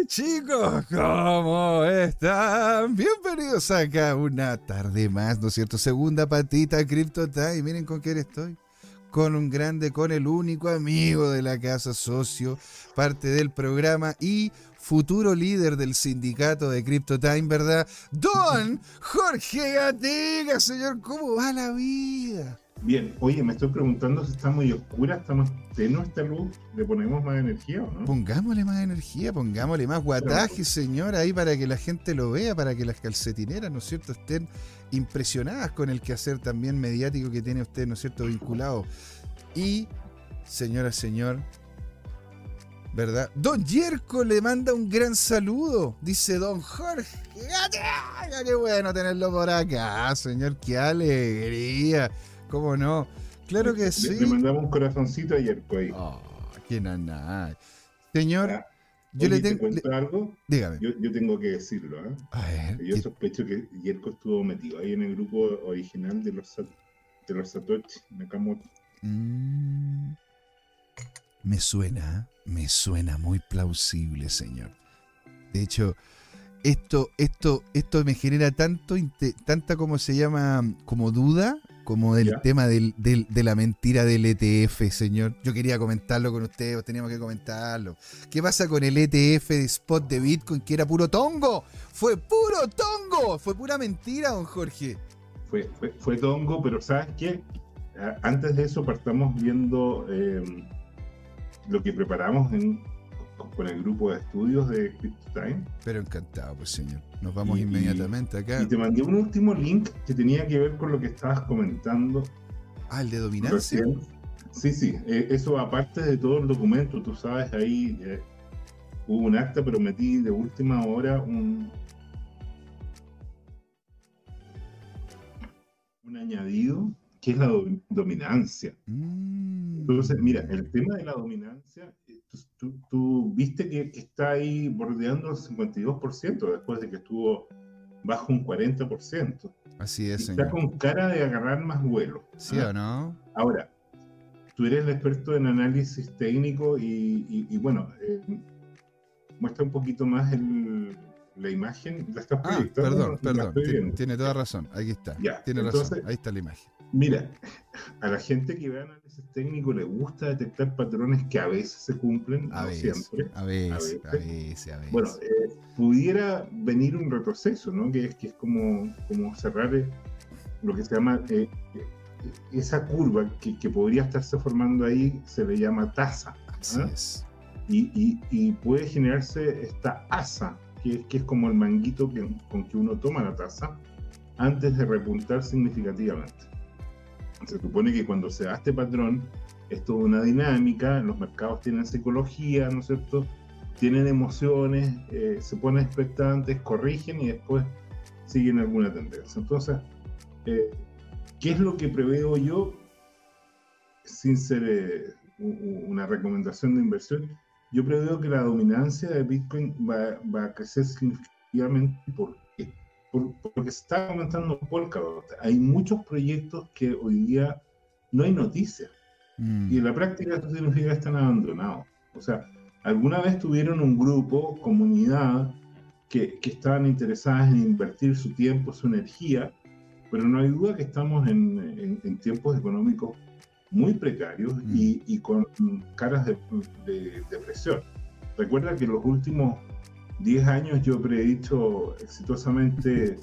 chicos, ¿cómo están? Bienvenidos acá una tarde más, ¿no es cierto? Segunda patita Crypto Time. Miren con quién estoy. Con un grande, con el único amigo de la casa, socio, parte del programa y futuro líder del sindicato de Crypto Time, ¿verdad? Don Jorge Gatica, señor, ¿cómo va la vida? Bien, oye, me estoy preguntando si está muy oscura, está más tenue esta luz, ¿le ponemos más energía o no? Pongámosle más energía, pongámosle más guataje, señor, ahí para que la gente lo vea, para que las calcetineras, ¿no es cierto?, estén impresionadas con el quehacer también mediático que tiene usted, ¿no es cierto?, vinculado. Y, señora, señor, ¿verdad? Don Yerko le manda un gran saludo, dice don Jorge. ¡Qué bueno tenerlo por acá, señor! ¡Qué alegría! ¿Cómo no? Claro que sí. Le mandamos un corazoncito ayer, pues. Oh, qué naná. Señor, yo oye, le tengo... ¿te cuento algo? Dígame. Yo tengo que decirlo, ¿eh? A ver. Yo sospecho que Yerko estuvo metido ahí en el grupo original de los Satoshi Nakamoto. Me suena muy plausible, señor. De hecho, esto me genera tanta como se llama, como duda, como del tema de la mentira del ETF, señor. Yo quería comentarlo con ustedes, teníamos que comentarlo. ¿Qué pasa con el ETF de spot de Bitcoin, que era puro tongo? ¡Fue puro tongo! ¡Fue pura mentira, don Jorge! Fue tongo, pero ¿sabes qué? Antes de eso partamos viendo lo que preparamos con el grupo de estudios de CryptoTime. Pero encantado, pues, señor. Nos vamos inmediatamente acá. Y te mandé un último link que tenía que ver con lo que estabas comentando. Ah, el de dominancia. Recién. Sí, eso aparte de todo el documento, tú sabes, ahí hubo un acta, pero metí de última hora un añadido, que es la dominancia. Entonces, mira, el tema de la dominancia, tú viste que está ahí bordeando el 52% después de que estuvo bajo un 40%. Así es, señor. Está con cara de agarrar más vuelo. ¿Sí o no? Ahora, tú eres el experto en análisis técnico y bueno, muestra un poquito más la imagen. ¿La estás proyectando? Perdón. Tiene toda razón. Aquí está. Ya, tiene entonces, razón. Ahí está la imagen. Mira, a la gente que ve análisis técnico le gusta detectar patrones que a veces se cumplen, no siempre. A veces. Bueno, pudiera venir un retroceso, ¿no? Que es como cerrar lo que se llama esa curva que podría estarse formando ahí, se le llama tasa. Así es. Y puede generarse esta asa, que es como el manguito con que uno toma la tasa antes de repuntar significativamente. Se supone que cuando se da este patrón, es toda una dinámica, los mercados tienen psicología, ¿no es cierto? Tienen emociones, se ponen expectantes, corrigen y después siguen alguna tendencia. Entonces, ¿qué es lo que preveo yo? Sin ser una recomendación de inversión, yo preveo que la dominancia de Bitcoin va a crecer significativamente. ¿Por qué? Porque se está aumentando Polkadot. Hay muchos proyectos que hoy día no hay noticias. Y en la práctica esto significa que están abandonados. O sea, alguna vez tuvieron un grupo, comunidad, que estaban interesadas en invertir su tiempo, su energía, pero no hay duda que estamos en tiempos económicos muy precarios y con caras de depresión. Recuerda que los últimos 10 años yo he predicho exitosamente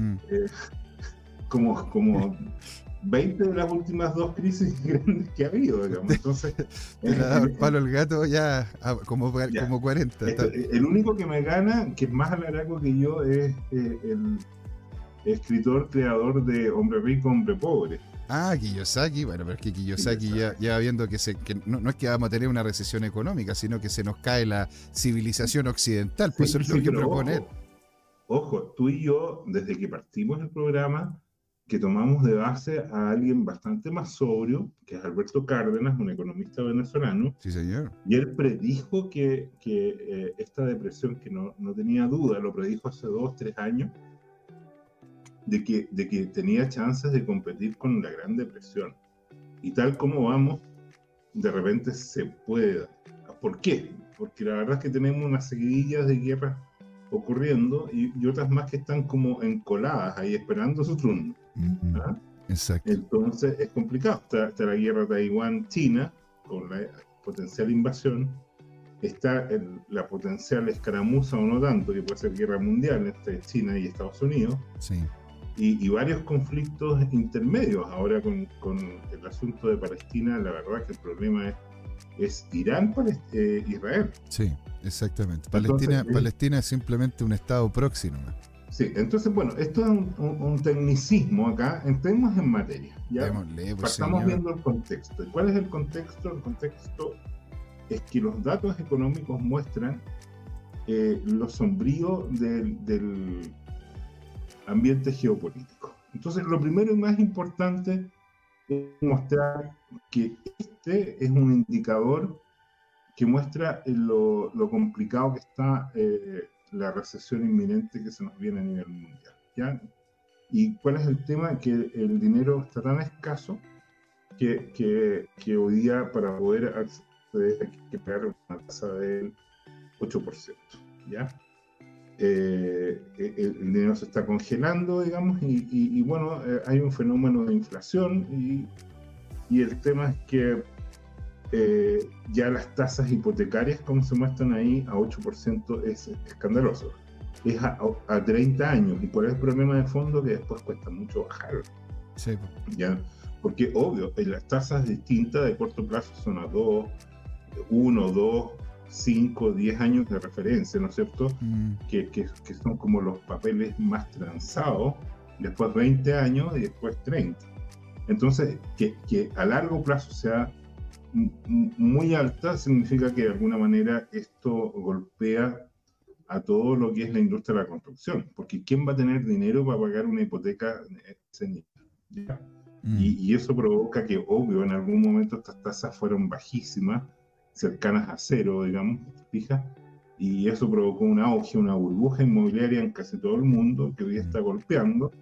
como 20 de las últimas 2 crisis grandes que ha habido, digamos. Entonces, le ha dado el palo al gato ya como 40. El único que me gana, que es más alaraco que yo, es el escritor, creador de Hombre Rico, Hombre Pobre. Ah, Kiyosaki. Bueno, pero es que Kiyosaki ya viendo que no es que vamos a tener una recesión económica, sino que se nos cae la civilización occidental. Pues eso es lo que propone. Ojo, tú y yo, desde que partimos el programa, que tomamos de base a alguien bastante más sobrio, que es Alberto Cárdenas, un economista venezolano. Sí, señor. Y él predijo que esta depresión, que no tenía duda, lo predijo hace 2-3 años, de que tenía chances de competir con la Gran Depresión. Y tal como vamos, de repente se puede dar. ¿Por qué? porque la verdad es que tenemos unas seguidillas de guerras ocurriendo y otras más que están como encoladas ahí esperando su turno. ¿Ah? Exacto. Entonces es complicado. Está la guerra Taiwán-China con la potencial invasión, está la potencial escaramuza o no tanto, que puede ser guerra mundial entre China y Estados Unidos, sí. y varios conflictos intermedios. Ahora con el asunto de Palestina, la verdad es que el problema es Irán-Israel. Sí, exactamente. Entonces, Palestina es simplemente un estado próximo. Sí, entonces, bueno, esto es un tecnicismo acá. Entremos en materia. ¿Ya? Démosle, pues, Estamos señor. viendo el contexto. ¿Y cuál es el contexto? El contexto es que los datos económicos muestran lo sombrío del ambiente geopolítico. Entonces, lo primero y más importante es mostrar que este es un indicador que muestra lo complicado que está la recesión inminente que se nos viene a nivel mundial, ¿ya? ¿Y cuál es el tema? Que el dinero está tan escaso que hoy día para poder acceder hay que pagar una tasa del 8%, ¿ya? El dinero se está congelando, digamos, y bueno, hay un fenómeno de inflación y el tema es que ya las tasas hipotecarias, como se muestran ahí, a 8% es escandaloso. Es a 30 años. ¿Y cuál es el problema de fondo? Que después cuesta mucho bajar. Sí. ¿Ya? Porque, obvio, las tasas distintas de corto plazo son a 2, 1, 2, 5, 10 años de referencia, ¿no es cierto? Que son como los papeles más transados, después 20 años y después 30. Entonces, que a largo plazo sea muy alta significa que de alguna manera esto golpea a todo lo que es la industria de la construcción, porque ¿quién va a tener dinero para pagar una hipoteca de ese nivel? Y eso provoca que, obvio, en algún momento estas tasas fueron bajísimas, cercanas a cero, digamos, fija, y eso provocó un auge, una burbuja inmobiliaria en casi todo el mundo que hoy está golpeando,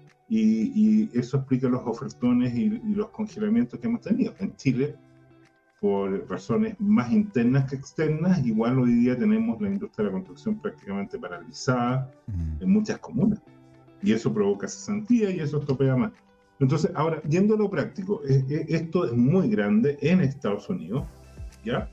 y eso explica los ofertones y los congelamientos que hemos tenido. En Chile, por razones más internas que externas, igual hoy día tenemos la industria de la construcción prácticamente paralizada en muchas comunas. Y eso provoca cesantía y eso estropea más. Entonces, ahora, yendo a lo práctico, esto es muy grande en Estados Unidos, ¿ya?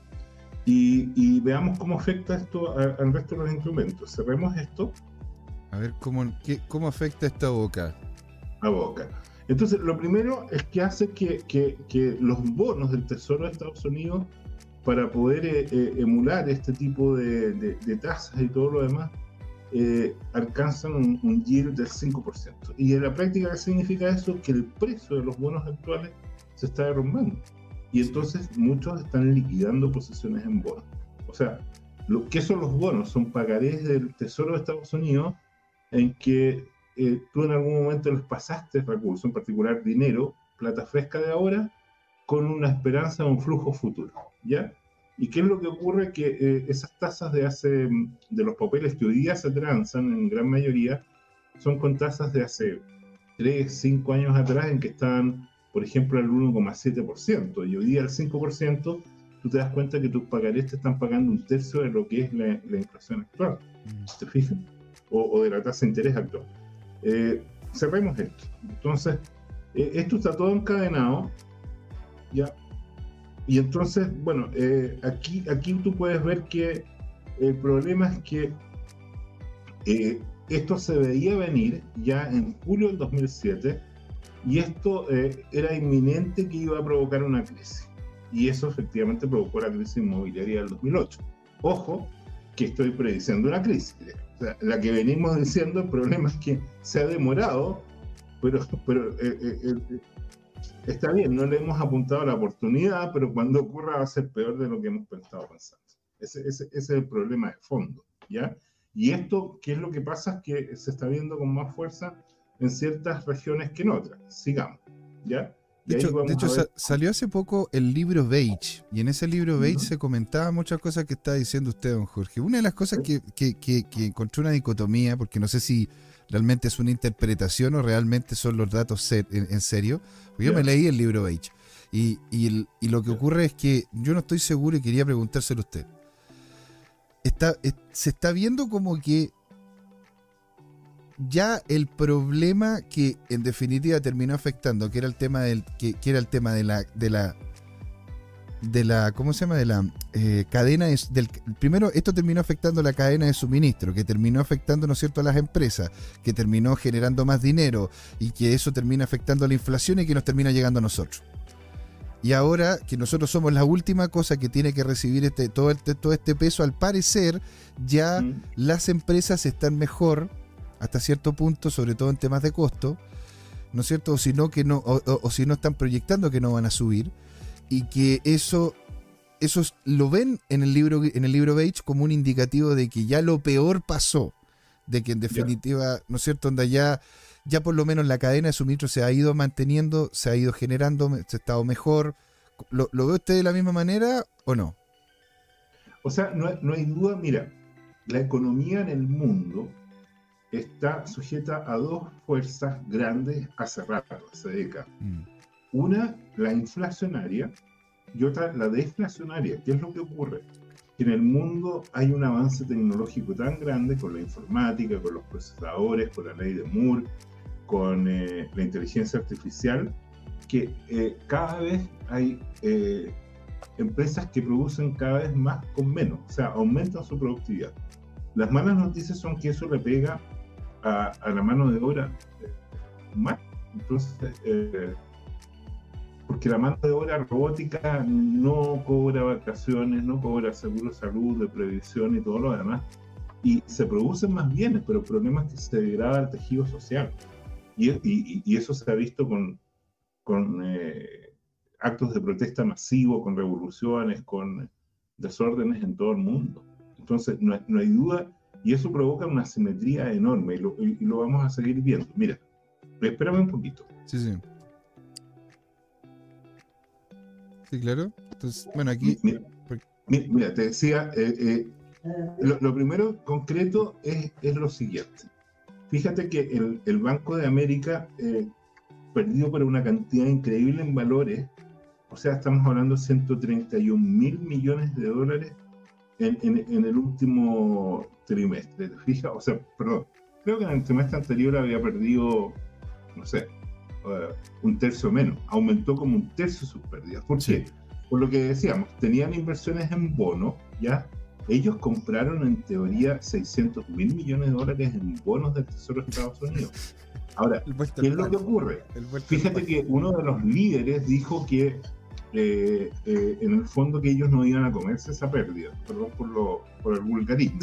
Y veamos cómo afecta esto al resto de los instrumentos. Cerremos esto. A ver, ¿cómo afecta esta boca? A boca. Entonces, lo primero es que hace que los bonos del Tesoro de Estados Unidos, para poder emular este tipo de tasas y todo lo demás, alcanzan un yield del 5%. Y en la práctica, ¿qué significa eso? Que el precio de los bonos actuales se está derrumbando. Y entonces muchos están liquidando posiciones en bonos. O sea, ¿qué son los bonos? Son pagarés del Tesoro de Estados Unidos en que tú en algún momento les pasaste recursos, en particular dinero, plata fresca de ahora, con una esperanza de un flujo futuro, ¿ya? ¿Y qué es lo que ocurre? Que esas tasas de los papeles que hoy día se transan en gran mayoría son con tasas de hace 3, 5 años atrás en que estaban, por ejemplo, al 1,7%, y hoy día al 5%, tú te das cuenta que tus pagarés te están pagando un tercio de lo que es la inflación actual, ¿te fijas? O de la tasa de interés actual. Cerremos esto. Entonces, esto está todo encadenado, ¿ya? Y entonces, bueno, aquí tú puedes ver que el problema es que esto se veía venir ya en julio del 2007 y esto era inminente que iba a provocar una crisis. Y eso efectivamente provocó la crisis inmobiliaria del 2008. Ojo, que estoy prediciendo una crisis. O sea, la que venimos diciendo, el problema es que se ha demorado, pero está bien, no le hemos apuntado a la oportunidad, pero cuando ocurra va a ser peor de lo que hemos estado pensando. Ese es el problema de fondo, ¿ya? Y esto, ¿qué es lo que pasa? Es que se está viendo con más fuerza en ciertas regiones que en otras. Sigamos, ¿ya? De hecho salió hace poco el libro Beige, y en ese libro Beige se comentaban muchas cosas que está diciendo usted, don Jorge. Una de las cosas que encontré una dicotomía, porque no sé si realmente es una interpretación o realmente son los datos en serio, porque yo me leí el libro Beige, y lo que ocurre es que yo no estoy seguro y quería preguntárselo a usted. se está viendo como que ya el problema que en definitiva terminó afectando, que era el tema que era el tema de la ¿cómo se llama? De la cadena primero esto terminó afectando la cadena de suministro, que terminó afectando, ¿no es cierto?, a las empresas, que terminó generando más dinero y que eso termina afectando a la inflación y que nos termina llegando a nosotros. Y ahora que nosotros somos la última cosa que tiene que recibir todo este peso, al parecer ya las empresas están mejor hasta cierto punto, sobre todo en temas de costo, ¿no es cierto? O si no, o si no están proyectando que no van a subir, y que eso lo ven en el libro Beige como un indicativo de que ya lo peor pasó, de que en definitiva, ¿no es cierto?, donde ya por lo menos la cadena de suministro se ha ido manteniendo, se ha ido generando, se ha estado mejor. ¿Lo ve usted de la misma manera o no? O sea, no hay duda, mira, la economía en el mundo está sujeta a dos fuerzas grandes hace rato, hace décadas. Una, la inflacionaria, y otra, la deflacionaria. ¿Qué es lo que ocurre? Que en el mundo hay un avance tecnológico tan grande con la informática, con los procesadores, con la ley de Moore, con la inteligencia artificial, que cada vez hay empresas que producen cada vez más con menos, o sea, aumentan su productividad. Las malas noticias son que eso le pega a la mano de obra humana. Entonces, porque la mano de obra robótica no cobra vacaciones, no cobra seguro de salud, de previsión y todo lo demás, y se producen más bienes, pero el problema es que se degrada el tejido social, y eso se ha visto con actos de protesta masivos, con revoluciones, con desórdenes en todo el mundo. Entonces, no hay duda, y eso provoca una asimetría enorme, y lo vamos a seguir viendo. Mira, espérame un poquito. Sí. Sí, claro. Entonces, bueno, aquí... Mira, te decía, lo primero concreto es lo siguiente. Fíjate que el Banco de América perdió por una cantidad increíble en valores, o sea, estamos hablando de 131 mil millones de dólares en el último trimestre, ¿te fijas? O sea, perdón, creo que en el trimestre anterior había perdido, no sé, un tercio menos, aumentó como un tercio sus pérdidas. ¿Por qué? Por lo que decíamos, tenían inversiones en bonos, ¿ya? Ellos compraron en teoría 600 mil millones de dólares en bonos del Tesoro de Estados Unidos. Ahora, ¿qué es lo que ocurre? Fíjate que uno de los líderes dijo que en el fondo que ellos no iban a comerse esa pérdida, perdón por el vulgarismo.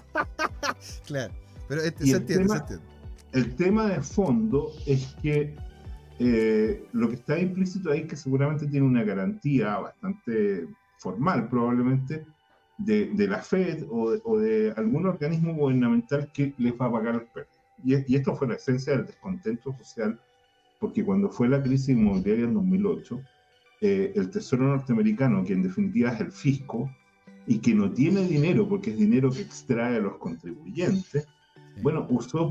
Claro, pero se entiende. El tema de fondo es que lo que está implícito ahí es que seguramente tiene una garantía bastante formal, probablemente, de la FED o de algún organismo gubernamental que les va a pagar las pérdidas. Y esto fue la esencia del descontento social, porque cuando fue la crisis inmobiliaria en 2008, el Tesoro norteamericano, que en definitiva es el fisco, y que no tiene dinero, porque es dinero que extrae a los contribuyentes, bueno, usó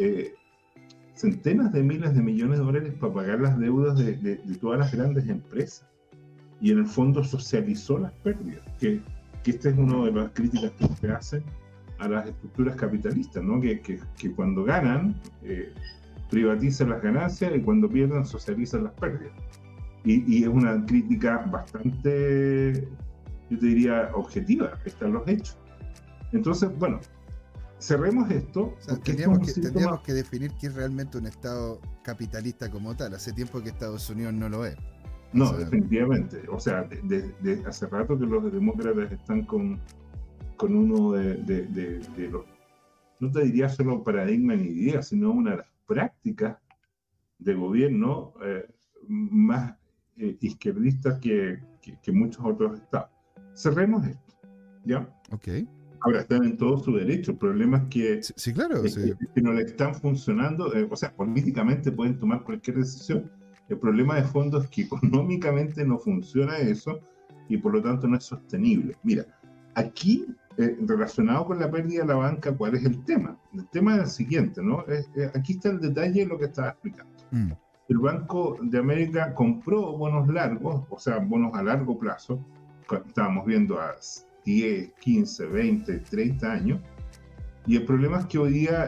centenas de miles de millones de dólares para pagar las deudas de todas las grandes empresas. Y en el fondo socializó las pérdidas, que esta es una de las críticas que se hacen a las estructuras capitalistas, ¿no? Que cuando ganan, privatizan las ganancias, y cuando pierden, socializan las pérdidas. Y es una crítica bastante, yo te diría, objetiva, están los hechos. Entonces, bueno, cerremos esto. O sea, tendríamos que definir qué es realmente un Estado capitalista como tal. Hace tiempo que Estados Unidos no lo es. No, definitivamente. O sea, de hace rato que los demócratas están con uno de los, no te diría solo paradigma ni idea, sino una de las prácticas de gobierno más izquierdistas que muchos otros estados. Cerremos esto, ¿ya? Ok. Ahora están en todo su derecho. El problema es que, sí, claro, que no le están funcionando. O sea, políticamente pueden tomar cualquier decisión. El problema de fondo es que económicamente no funciona eso y por lo tanto no es sostenible. Mira, aquí, relacionado con la pérdida de la banca, ¿cuál es el tema? El tema es el siguiente, ¿no? Aquí está el detalle de lo que estaba explicando. El Banco de América compró bonos largos, o sea, bonos a largo plazo. Estábamos viendo a 10, 15, 20, 30 años. Y el problema es que hoy día,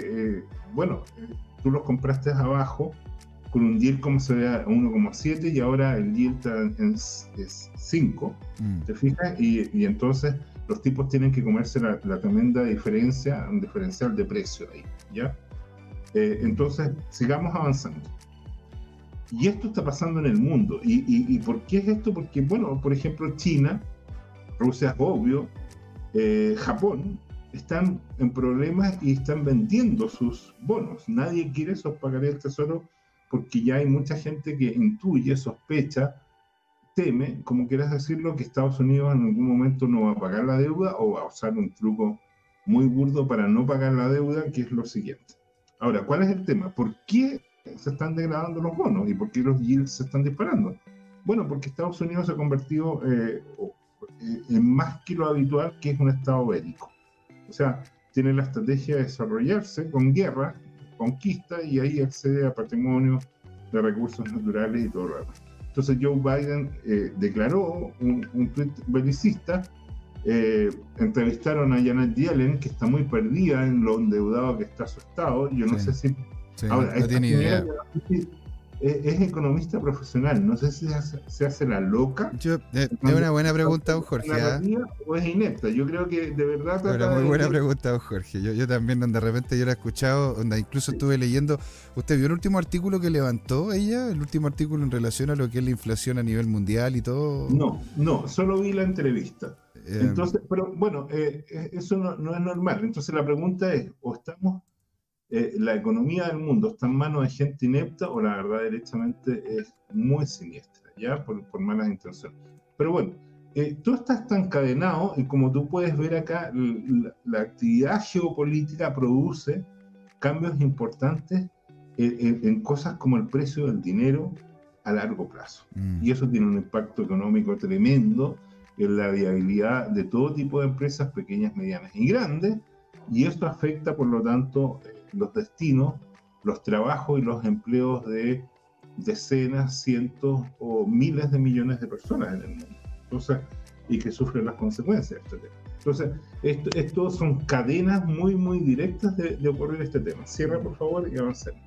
tú los compraste abajo con un yield como se ve a 1,7 y ahora el yield es 5, ¿te fijas? Y entonces los tipos tienen que comerse la tremenda diferencia, un diferencial de precio ahí, ¿ya? Entonces, sigamos avanzando. Y esto está pasando en el mundo. ¿Y por qué es esto? Porque, bueno, por ejemplo, China, Rusia es obvio, Japón, están en problemas y están vendiendo sus bonos. Nadie quiere esos pagarés del tesoro porque ya hay mucha gente que intuye, sospecha, teme, como quieras decirlo, que Estados Unidos en algún momento no va a pagar la deuda o va a usar un truco muy burdo para no pagar la deuda, que es lo siguiente. Ahora, ¿cuál es el tema? ¿Por qué se están degradando los bonos y por qué los yields se están disparando? Bueno, porque Estados Unidos se ha convertido en más que lo habitual, que es un estado bélico. O sea, tiene la estrategia de desarrollarse con guerra, conquista, y ahí accede a patrimonio de recursos naturales y todo lo demás. Entonces Joe Biden declaró un tuit belicista, entrevistaron a Janet Yellen, que está muy perdida en lo endeudado que está su estado. Yo no sé si... Sí, ahora, no tiene idea. Es economista profesional, no sé si se hace la loca. Es una buena pregunta, don Jorge. ¿O es inepta? Yo creo que de verdad... Una muy buena pregunta, don Jorge. Yo también, donde de repente yo la he escuchado, donde incluso estuve leyendo. ¿Usted vio el último artículo que levantó ella? El último artículo en relación a lo que es la inflación a nivel mundial y todo. No, solo vi la entrevista. Entonces, pero bueno, eso no es normal. Entonces la pregunta es, o estamos... la economía del mundo está en manos de gente inepta o la verdad derechamente es muy siniestra, ya por malas intenciones. Pero bueno, todo está encadenado y como tú puedes ver acá, la actividad geopolítica produce cambios importantes en cosas como el precio del dinero a largo plazo. Y eso tiene un impacto económico tremendo en la viabilidad de todo tipo de empresas, pequeñas, medianas y grandes, y esto afecta, por lo tanto, los destinos, los trabajos y los empleos de decenas, cientos o miles de millones de personas en el mundo. Entonces, y que sufren las consecuencias de este tema. Entonces, esto son cadenas muy, muy directas de ocurrir este tema. Cierra, por favor, y avancemos.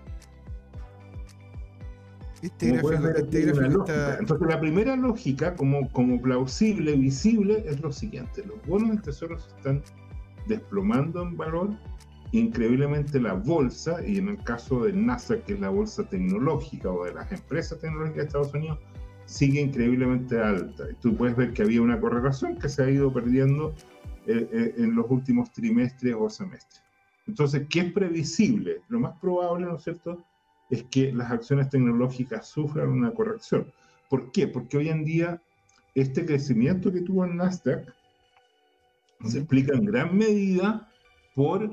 Este gráfico está... Entonces, la primera lógica, como plausible, visible, es lo siguiente. Los bonos del tesoro se están desplomando en valor. Increíblemente la bolsa, y en el caso de Nasdaq, que es la bolsa tecnológica o de las empresas tecnológicas de Estados Unidos, sigue increíblemente alta. Y tú puedes ver que había una correlación que se ha ido perdiendo en los últimos trimestres o semestres. Entonces, ¿qué es previsible? Lo más probable, ¿no es cierto?, es que las acciones tecnológicas sufran una corrección. ¿Por qué? Porque hoy en día este crecimiento que tuvo el Nasdaq se explica en gran medida por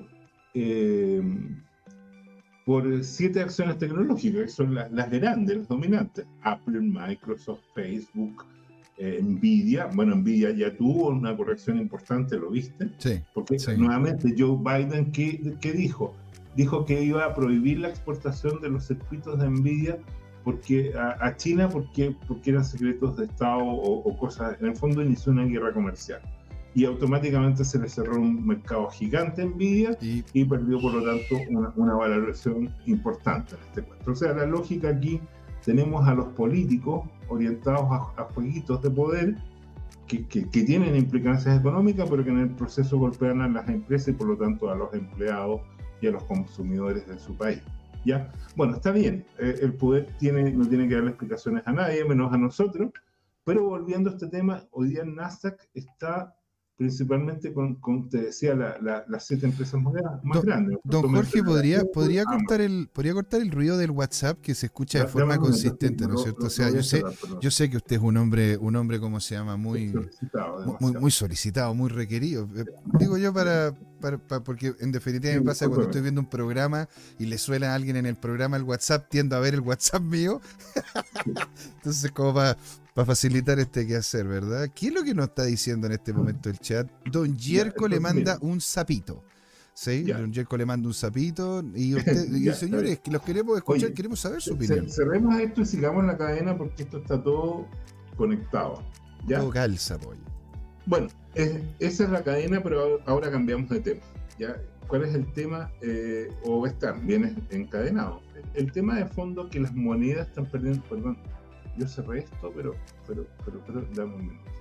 7 acciones tecnológicas, que son las grandes, las dominantes: Apple, Microsoft, Facebook, Nvidia. Bueno, Nvidia ya tuvo una corrección importante, ¿lo viste? Sí. Porque sí. Nuevamente Joe Biden, ¿qué dijo? Dijo que iba a prohibir la exportación de los circuitos de Nvidia a China porque eran secretos de Estado o cosas. En el fondo inició una guerra comercial. Y automáticamente se le cerró un mercado gigante en Nvidia y perdió, por lo tanto, una valoración importante en este cuento. O sea, la lógica aquí, tenemos a los políticos orientados a jueguitos de poder que tienen implicancias económicas, pero que en el proceso golpean a las empresas y, por lo tanto, a los empleados y a los consumidores de su país. ¿Ya? Bueno, está bien, el poder no tiene que darle explicaciones a nadie, menos a nosotros, pero volviendo a este tema, hoy día el Nasdaq está principalmente te decía, las 7 empresas más grandes. Don Jorge, ¿podría cortar el ruido del WhatsApp, que se escucha de forma consistente, ¿no es cierto? O sea, yo sé que usted es un hombre, ¿cómo se llama? Muy solicitado, muy requerido. Digo yo porque en definitiva me pasa cuando estoy viendo un programa y le suena a alguien en el programa el WhatsApp, tiendo a ver el WhatsApp mío. Entonces, como para facilitar este quehacer, ¿verdad? ¿Qué es lo que nos está diciendo en este momento el chat? Don Yerko le manda un sapito. ¿Sí? Don Yerko le manda un sapito. Y usted, señores, que los queremos escuchar, queremos saber su opinión. Cerremos esto y sigamos la cadena porque esto está todo conectado. ¿Ya? Todo calza, pollo. Bueno, Esa es la cadena, pero ahora cambiamos de tema. ¿Ya? ¿Cuál es el tema? O están bien encadenados. El tema de fondo que las monedas están perdiendo. Perdón, yo cerré esto, pero dame un minuto.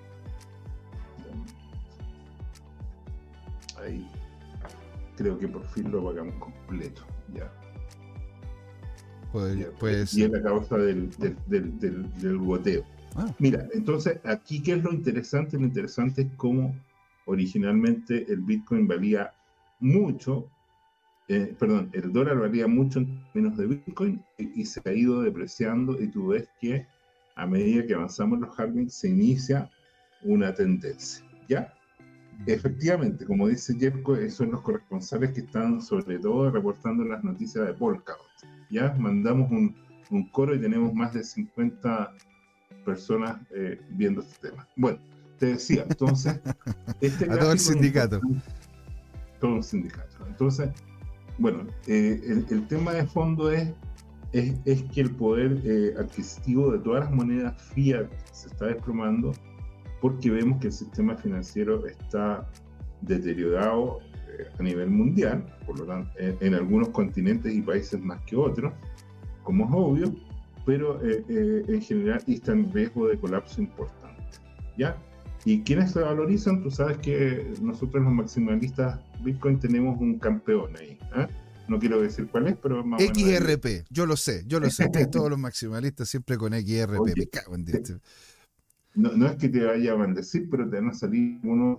Ahí. Creo que por fin lo pagamos completo. Ya. Puede Y ser. es la causa del goteo. Mira, entonces aquí qué es lo interesante. Lo interesante es cómo originalmente el Bitcoin valía mucho, el dólar valía mucho en términos de Bitcoin y se ha ido depreciando, y tú ves que a medida que avanzamos los halvings se inicia una tendencia, ¿ya? Efectivamente, como dice Jeffco, esos son los corresponsales que están sobre todo reportando las noticias de Polkadot. Ya mandamos un coro y tenemos más de 50 personas viendo este tema. Bueno, te decía, entonces, a todo el sindicato. Todo el sindicato. Entonces, bueno, el tema de fondo es que el poder adquisitivo de todas las monedas fiat se está desplomando, porque vemos que el sistema financiero está deteriorado a nivel mundial, por lo tanto, en algunos continentes y países más que otros, como es obvio, pero en general está en riesgo de colapso importante, ¿ya? ¿Y quiénes se valorizan? Tú sabes que nosotros los maximalistas Bitcoin tenemos un campeón ahí, ¿eh? No quiero decir cuál es, pero más XRP, bueno, yo lo sé, todos los maximalistas siempre con XRP. Oye, me cago en Dios. No es que te vaya a bendecir, pero te van a salir unos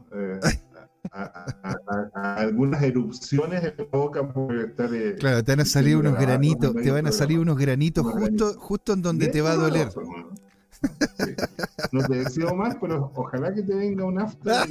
algunas erupciones en la boca por estar. Claro, te van a salir unos granitos, justo en donde te va a doler. Sí. No te deseo más, pero ojalá que te venga un after.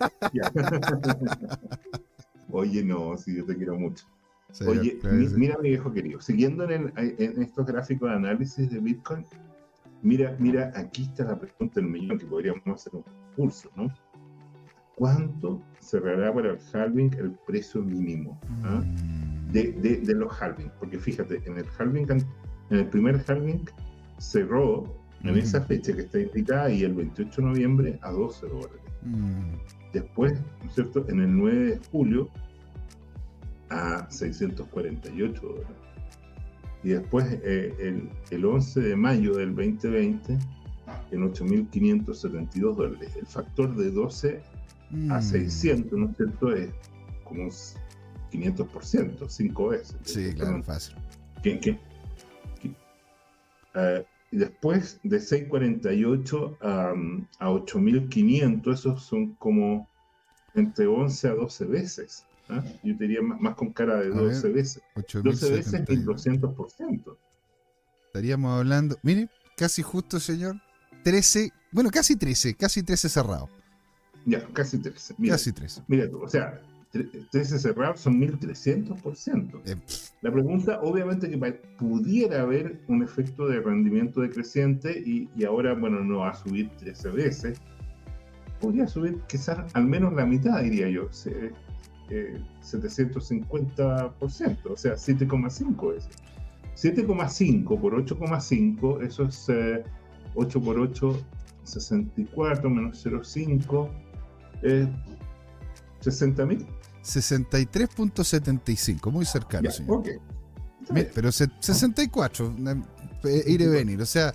Oye, no, si yo te quiero mucho. Sí, oye, claro, mira, mi viejo querido, siguiendo en estos gráficos de análisis de Bitcoin, mira, aquí está la pregunta del millón que podríamos hacer un curso, ¿no? ¿Cuánto cerrará para el halving el precio mínimo de los halving? Porque fíjate, en el primer halving cerró en esa fecha que está indicada, y el 28 de noviembre a $12. Después, ¿no es cierto?, en el 9 de julio a $648. Y después el 11 de mayo del 2020 en $8.572. El factor de 12 a 600, ¿no es cierto?, es como un 500%, 5 veces. Sí, claro, fácil. Y después de 648 a 8.500, esos son como entre 11 a 12 veces. Yo te diría más con cara de 12 veces. 12 veces 1.200%. Estaríamos hablando, mire, casi justo, señor, 13, bueno, casi 13 cerrado. Ya, casi 13. Mira, casi 13. Mira tú, o sea, 13 cerrados son 1.300%. La pregunta, obviamente, que pudiera haber un efecto de rendimiento decreciente y ahora, bueno, no va a subir 13 veces. Podría subir quizás al menos la mitad, diría yo, 750%, o sea, 7,5 veces. 7,5 por 8,5, eso es 8 por 8, 64 menos 0,5, 60.000. 63.75, muy cercano, ya, señor. Okay. Pero 64, ir y venir, o sea,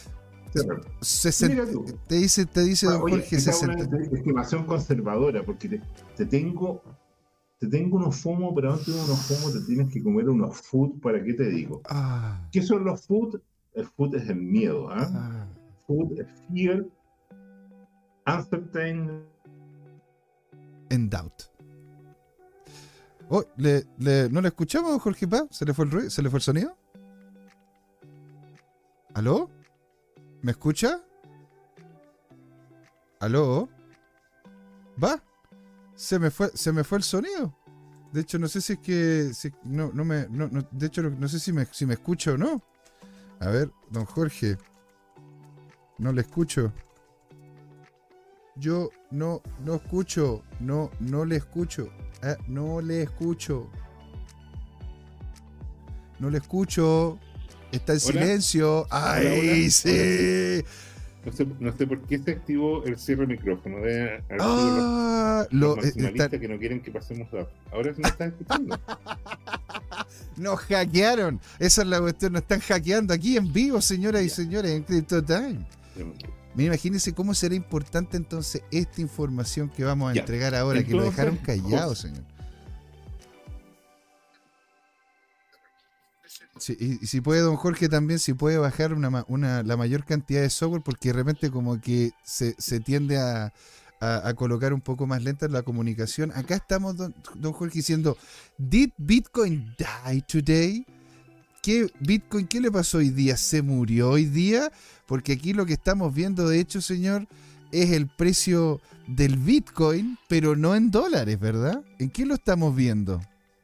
60, te dice don Jorge, 60. Una estimación conservadora, porque te tengo unos FOMO, pero antes de unos FOMO te tienes que comer unos food. ¿Para qué te digo? ¿Qué son los food? El food es el miedo. Food es fear, uncertain, and doubt. Oh, ¿no le escuchamos, Jorge Paz? ¿Se le fue el ruido? ¿Se le fue el sonido? ¿Aló? ¿Me escucha? ¿Aló? ¿Va? Se me fue el sonido. De hecho, no sé si es que... de hecho, no sé si me escucha o no. A ver, don Jorge. No le escucho. Yo no escucho. No le escucho. No le escucho. No le escucho. Está en silencio. ¡Ay, sí! No sé por qué se activó el cierre de micrófono. Debe haber sido Lo, los maximalistas que no quieren que pasemos datos. Ahora sí me están escuchando. nos hackearon. Esa es la cuestión. Nos están hackeando aquí en vivo, señoras y señores, en Crypto Time. Mira, imagínense cómo será importante entonces esta información que vamos a entregar ahora, entonces, que lo dejaron callado, señor. Sí, y si puede, don Jorge, también si puede bajar la mayor cantidad de software, porque de repente como que se tiende a colocar un poco más lenta la comunicación. Acá estamos, don Jorge, diciendo, ¿Did Bitcoin die today? ¿Bitcoin qué le pasó hoy día? ¿Se murió hoy día? Porque aquí lo que estamos viendo, de hecho, señor, es el precio del Bitcoin, pero no en dólares, ¿verdad? ¿En qué lo estamos viendo?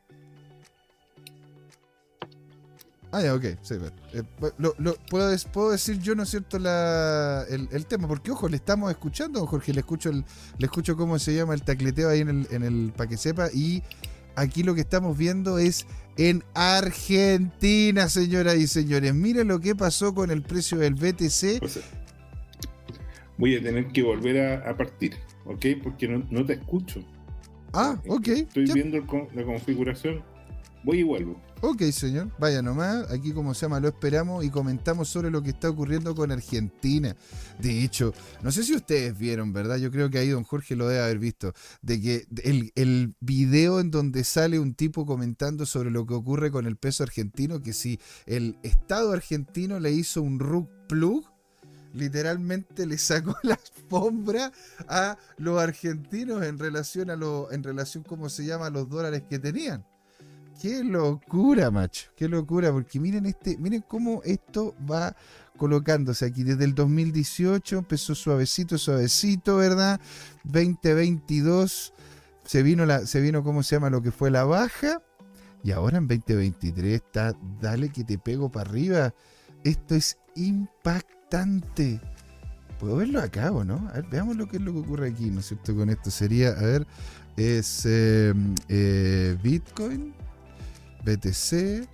Ah, ya, ok. Sí, puedo decir yo, ¿no es cierto?, el tema, porque ojo, le estamos escuchando, Jorge, le escucho cómo se llama el tacleteo ahí en el para que sepa, y aquí lo que estamos viendo es en Argentina, señoras y señores. Miren lo que pasó con el precio del BTC. O sea, voy a tener que volver a partir, ¿ok? Porque no te escucho. Ah, ok. Estoy viendo la configuración. Voy y vuelvo. Ok, señor, vaya nomás, aquí como se llama, lo esperamos y comentamos sobre lo que está ocurriendo con Argentina. De hecho, no sé si ustedes vieron, ¿verdad? Yo creo que ahí don Jorge lo debe haber visto, de que el video en donde sale un tipo comentando sobre lo que ocurre con el peso argentino, que si el Estado argentino le hizo un rug plug, literalmente le sacó la alfombra a los argentinos en relación ¿cómo se llama?, a los dólares que tenían. Qué locura, macho, qué locura, porque miren cómo esto va colocándose aquí. Desde el 2018 empezó suavecito, ¿verdad? 2022 se vino, ¿cómo se llama?, lo que fue la baja, y ahora en 2023 está, dale que te pego para arriba. Esto es impactante. ¿Puedo verlo acá o no? A ver, veamos lo que es lo que ocurre aquí, ¿no es cierto? Con esto sería, a ver, es Bitcoin, BTC,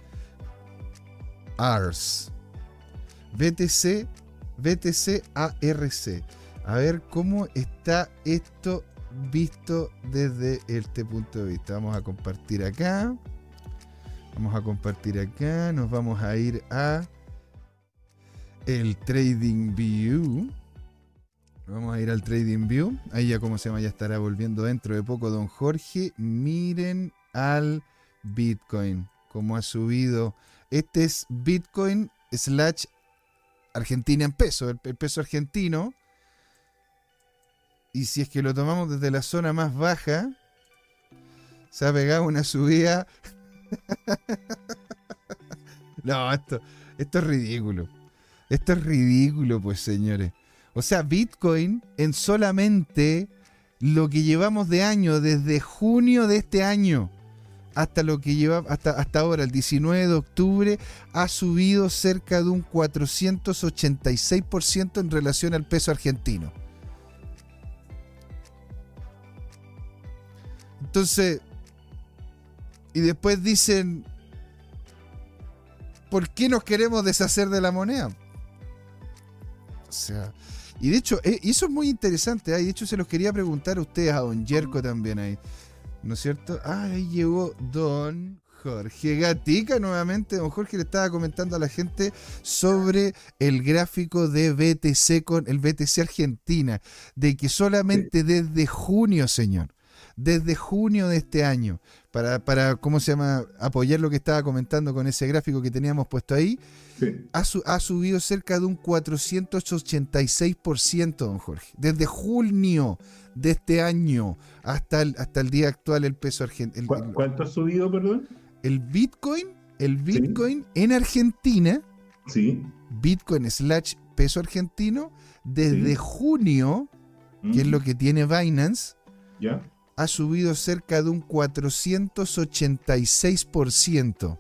ARS, BTC ARC. A ver cómo está esto visto desde este punto de vista. Vamos a compartir acá. Nos vamos a ir a el Trading View. Vamos a ir al Trading View. Ahí ya, como se llama, ya estará volviendo dentro de poco don Jorge. Miren al Bitcoin, cómo ha subido. Este es Bitcoin / Argentina en peso, el peso argentino. Y si es que lo tomamos desde la zona más baja, se ha pegado una subida. No, esto es ridículo. Esto es ridículo, pues, señores. O sea, Bitcoin en solamente lo que llevamos de año, desde junio de este año hasta lo que lleva hasta ahora, el 19 de octubre, ha subido cerca de un 486% en relación al peso argentino. Entonces, y después dicen, ¿por qué nos queremos deshacer de la moneda? O sea, y de hecho, y eso es muy interesante, y de hecho se los quería preguntar a ustedes, a don Yerko también ahí, ¿no es cierto? Ahí llegó don Jorge Gatica nuevamente. Don Jorge le estaba comentando a la gente sobre el gráfico de BTC con el BTC Argentina, de que solamente desde junio, señor, desde junio de este año, para ¿cómo se llama?, apoyar lo que estaba comentando con ese gráfico que teníamos puesto ahí, sí, ha subido cerca de un 486%, don Jorge. Desde junio de este año hasta el día actual, el peso argentino. ¿Cuánto ha subido, perdón? El Bitcoin ¿sí?, en Argentina, sí, Bitcoin / peso argentino, desde sí, junio, que es lo que tiene Binance, ya, ha subido cerca de un 486%.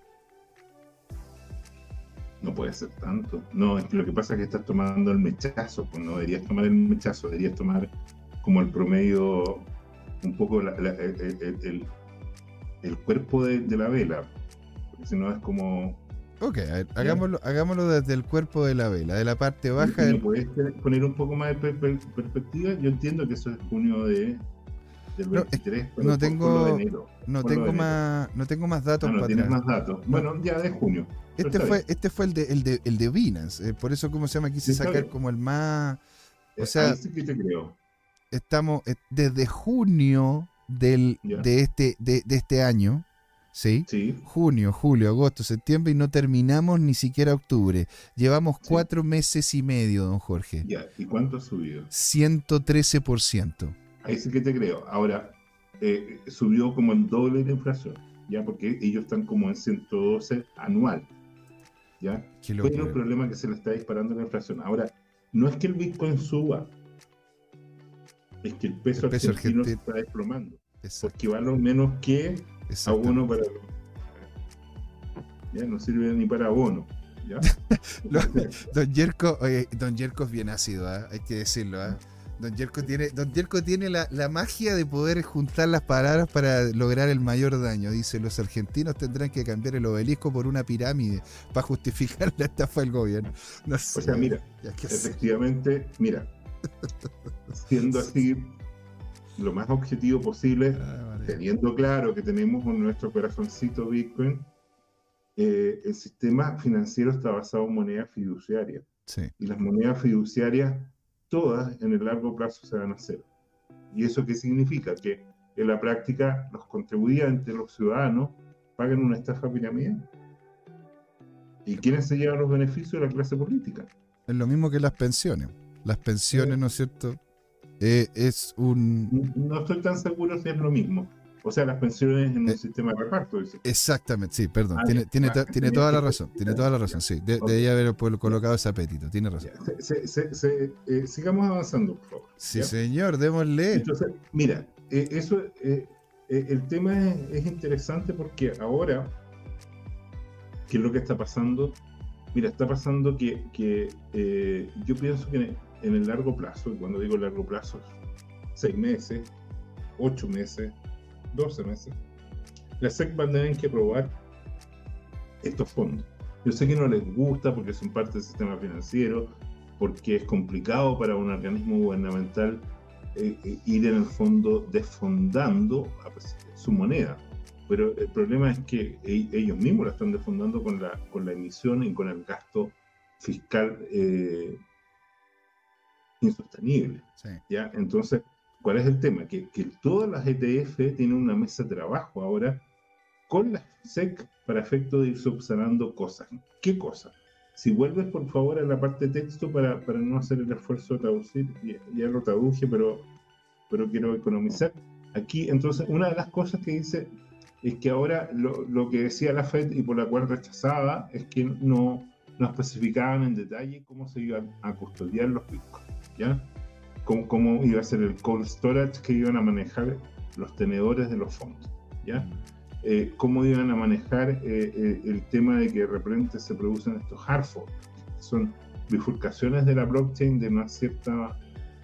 No puede ser tanto. No, es que lo que pasa es que estás tomando el mechazo, pues no deberías tomar el mechazo, deberías tomar como el promedio, un poco el cuerpo de la vela, porque si no es como... Ok, a ver, ¿Ya? hagámoslo desde el cuerpo de la vela, de la parte baja ¿Me del... puedes poner un poco más de perspectiva? Yo entiendo que eso es junio del No, 23, pero no ponlo de tengo, enero. Ponlo de enero. no tengo más datos Ah, no para tienes atrás. más datos. No, Bueno, ya de junio. Pero está bien. este fue el de Binance. Por eso, ¿cómo se llama? Sí, Quise está sacar bien. como el más. O Ahí sea, sí que te creo. estamos desde junio ¿Ya? de este año, ¿sí? Sí, Junio, julio, agosto, septiembre y no terminamos ni siquiera octubre. Llevamos sí. 4 meses y medio, don Jorge. Ya. ¿Y cuánto ha subido? 113%. Ahí sí que te creo. Ahora, subió como el doble de inflación, ¿ya? Porque ellos están como en 112 anual, ¿ya? Qué Pero el locura. problema es que se le está disparando la inflación. Ahora, no es que el Bitcoin suba, es que el El peso peso argentino se argentino. está desplomando, porque Exacto. vale menos que abono Exactamente. para ya no sirve ni para abono, ¿ya? Lo- Don Yerko es bien ácido, ¿ah? Hay que decirlo, ¿ah? Don Yerko tiene la magia de poder juntar las palabras para lograr el mayor daño. Dice, los argentinos tendrán que cambiar el obelisco por una pirámide para justificar la estafa del gobierno. No O sea, sé, mira, ya qué sé. efectivamente, mira, siendo así lo más objetivo posible, Ah, María. teniendo claro que tenemos en nuestro corazoncito Bitcoin, el sistema financiero está basado en moneda fiduciaria. Sí, Y las monedas fiduciarias, todas en el largo plazo se van a hacer. ¿Y eso qué significa? Que en la práctica los contribuyentes, los ciudadanos, pagan una estafa piramidal. ¿Y quiénes se llevan los beneficios? La clase política. es lo mismo que las pensiones. Las pensiones, Eh, ¿no es cierto? Es un... no estoy tan seguro si es lo mismo. O sea, las pensiones en un eh, sistema de reparto, dice. exactamente, sí, perdón. Ah, ya. Tiene Tenía toda que la razón. Tiene toda la razón, ya. sí. Ok, Debería haber ya, colocado ese apetito. Tiene razón. ya. Sigamos avanzando, por favor. Sí, ¿Ya? señor, démosle. Entonces, mira, el tema es interesante porque ahora, ¿qué es lo que está pasando? Mira, está pasando que yo pienso que en el largo plazo, y cuando digo largo plazo, 6 meses, 8 meses, 12 meses, las SEC van a tener que aprobar estos fondos. Yo sé que no les gusta porque son parte del sistema financiero, porque es complicado para un organismo gubernamental ir en el fondo desfondando su moneda. Pero el problema es que ellos mismos la están desfondando con la emisión y con el gasto fiscal insostenible. Sí. ¿Ya? Entonces, ¿cuál es el tema? Que todas las ETF tienen una mesa de trabajo ahora con la SEC para efecto de ir subsanando cosas. ¿Qué cosas? Si vuelves por favor a la parte de texto para no hacer el esfuerzo de traducir, ya lo traduje, pero quiero economizar. Aquí, entonces, una de las cosas que dice es que ahora lo que decía la FED y por la cual rechazaba es que no especificaban en detalle cómo se iban a custodiar los bitcoins, ¿ya? Cómo iba a ser el cold storage que iban a manejar los tenedores de los fondos, ¿ya? Cómo iban a manejar el tema de que de repente se producen estos hard forks, que son bifurcaciones de la blockchain de una cierta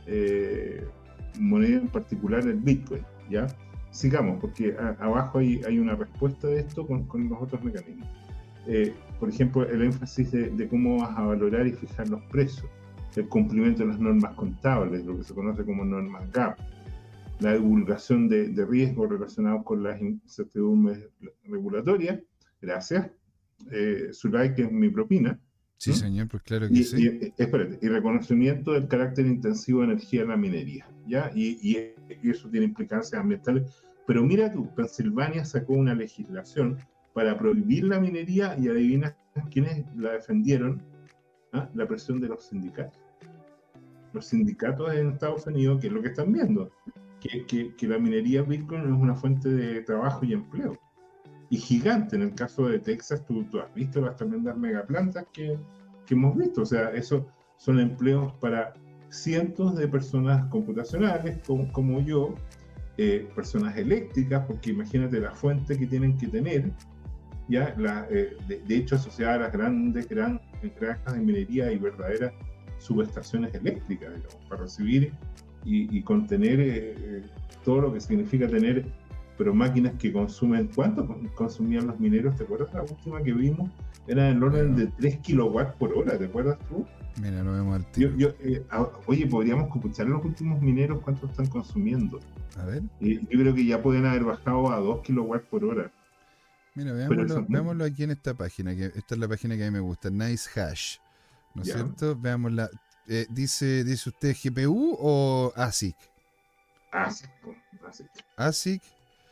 moneda en particular, el Bitcoin, ¿ya? Sigamos, porque abajo hay una respuesta de esto con los otros mecanismos. Por ejemplo, el énfasis de cómo vas a valorar y fijar los precios, el cumplimiento de las normas contables, lo que se conoce como normas GAP, la divulgación de riesgos relacionados con las incertidumbres regulatorias. Gracias. Su like es mi propina. Sí, señor, pues claro que sí. Espérate, y reconocimiento del carácter intensivo de energía de la minería, ¿ya? Y eso tiene implicancias ambientales. Pero mira tú, Pensilvania sacó una legislación para prohibir la minería y adivina quiénes la defendieron. ¿Ah? La presión de los sindicatos. Los sindicatos en Estados Unidos, que es lo que están viendo, que la minería Bitcoin es una fuente de trabajo y empleo. Y gigante, en el caso de Texas, tú has visto las tremendas megaplantas que hemos visto. O sea, eso son empleos para cientos de personas computacionales como yo, personas eléctricas, porque imagínate la fuente que tienen que tener, ya de hecho asociada a las grandes granjas de minería y verdaderas subestaciones eléctricas, digamos, para recibir y contener todo lo que significa tener pero máquinas que consumen, ¿cuánto consumían los mineros? ¿Te acuerdas? La última que vimos era del orden de 3 kilowatts por hora, ¿te acuerdas tú? Mira, no vemos al tiro. Oye, podríamos computar los últimos mineros cuánto están consumiendo. A ver. Yo creo que ya pueden haber bajado a 2 kilowatts por hora. Mira, veámoslo aquí en esta página, que esta es la página que a mí me gusta, Nice Hash, ¿no es cierto? Veámosla. ¿Dice usted GPU o ASIC? ASIC. ASIC.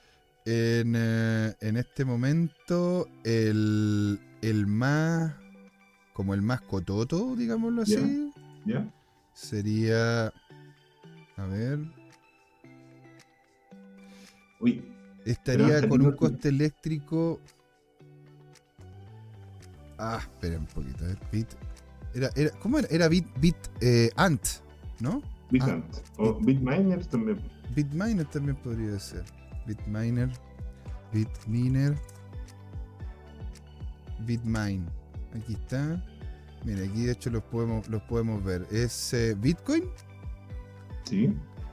En este momento, el más, como el más cototo, digámoslo así, sería, a ver, estaría con un coste eléctrico. Espera un poquito, a ver, ¿cómo era? Era Ant, ¿no? Bitant. O Bitminer también. Bitminer también podría ser. Bitmine. Aquí está. Mira, aquí de hecho los podemos ver. ¿Es Bitcoin? Sí.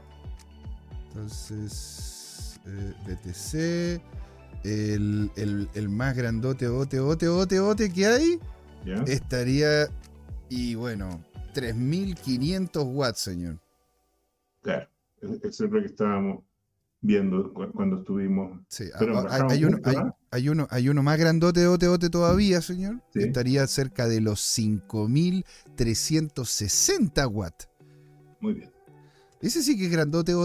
Entonces, BTC. El más grandote que hay. Estaría. Y bueno, 3500 watts, señor. Claro, eso es lo que estábamos viendo cuando estuvimos. Sí, hay uno más grandote todavía, señor. Sí. Que estaría cerca de los 5360 watts. Muy bien. Ese sí que es grandote.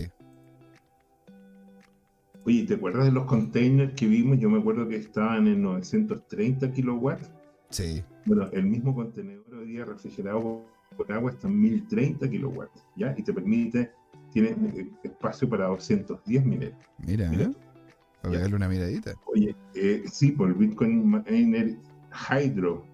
Oye, ¿te acuerdas de los containers que vimos? Yo me acuerdo que estaban en 930 kilowatts. Sí. Bueno, el mismo contenedor hoy día refrigerado por agua está en 1030 kilowatts, ¿ya? Y te permite, tiene espacio para 210 mineros. Mira. Para pegarle una miradita. Oye, sí, por el Bitcoin Miner Hydro,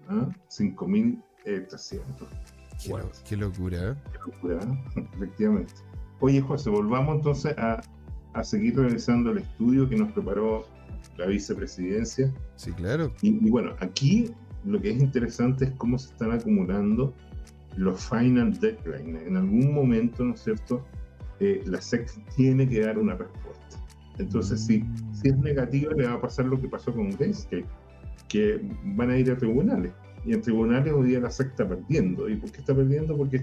5300. Qué locura. Qué locura, efectivamente. Oye, José, volvamos entonces a seguir revisando el estudio que nos preparó la vicepresidencia. Sí, claro. Y bueno, aquí lo que es interesante es cómo se están acumulando los final deadlines. En algún momento, ¿no es cierto?, la SEC tiene que dar una respuesta. Entonces, si es negativa, le va a pasar lo que pasó con Grayscale, que van a ir a tribunales. Y en tribunales hoy día la SEC está perdiendo. ¿Y por qué está perdiendo? Porque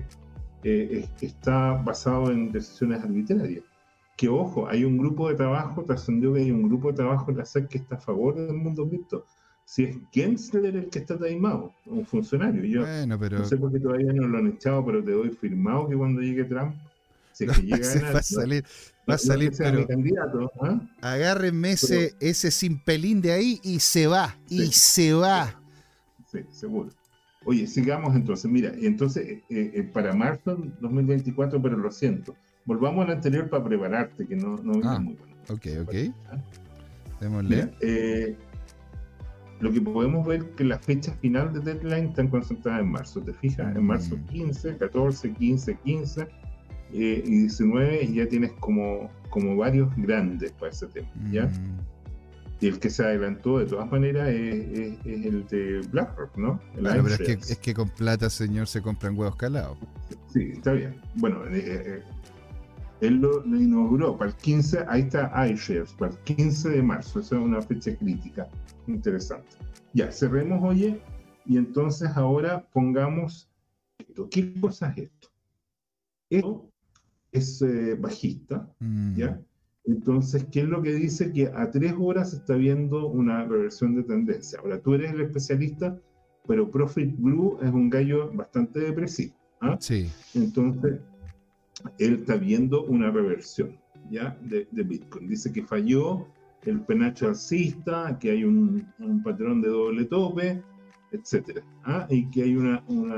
está basado en decisiones arbitrarias. Que ojo, hay un grupo de trabajo, trascendió que hay un grupo de trabajo en la SEC que está a favor del mundo cripto. Si es Gensler el que está taimado, un funcionario. Yo no sé por qué todavía no lo han echado, pero te doy firmado que cuando llegue Trump, si es que llega va a salir, pero candidato, agárrenme ese simpelín de ahí y se va, Sí, seguro. Oye, sigamos entonces. Mira, entonces para marzo 2024, pero lo siento, volvamos al anterior para prepararte, que no vimos muy bueno. Ok. Démosle. Mira, lo que podemos ver que la fecha final de deadline están concentradas en marzo, ¿te fijas? En marzo 15, 14, 15 y 19 ya tienes como varios grandes para ese tema, ¿ya? Y el que se adelantó de todas maneras es el de BlackRock, ¿no? Claro, pero es que con plata, señor, se compran huevos calados. Sí, está bien. Bueno, él lo inauguró para el 15, ahí está iShares, para el 15 de marzo, esa es una fecha crítica, interesante. Ya, cerremos, oye, y entonces ahora pongamos esto. ¿Qué cosa es esto? Esto es bajista, ¿ya? Entonces, ¿qué es lo que dice? Que a 3 horas se está viendo una reversión de tendencia. Ahora, tú eres el especialista, pero Profit Blue es un gallo bastante depresivo, ¿ah? Sí. Entonces, él está viendo una reversión, ¿ya? De Bitcoin. Dice que falló el penacho alcista, que hay un patrón de doble tope, etcétera, y que hay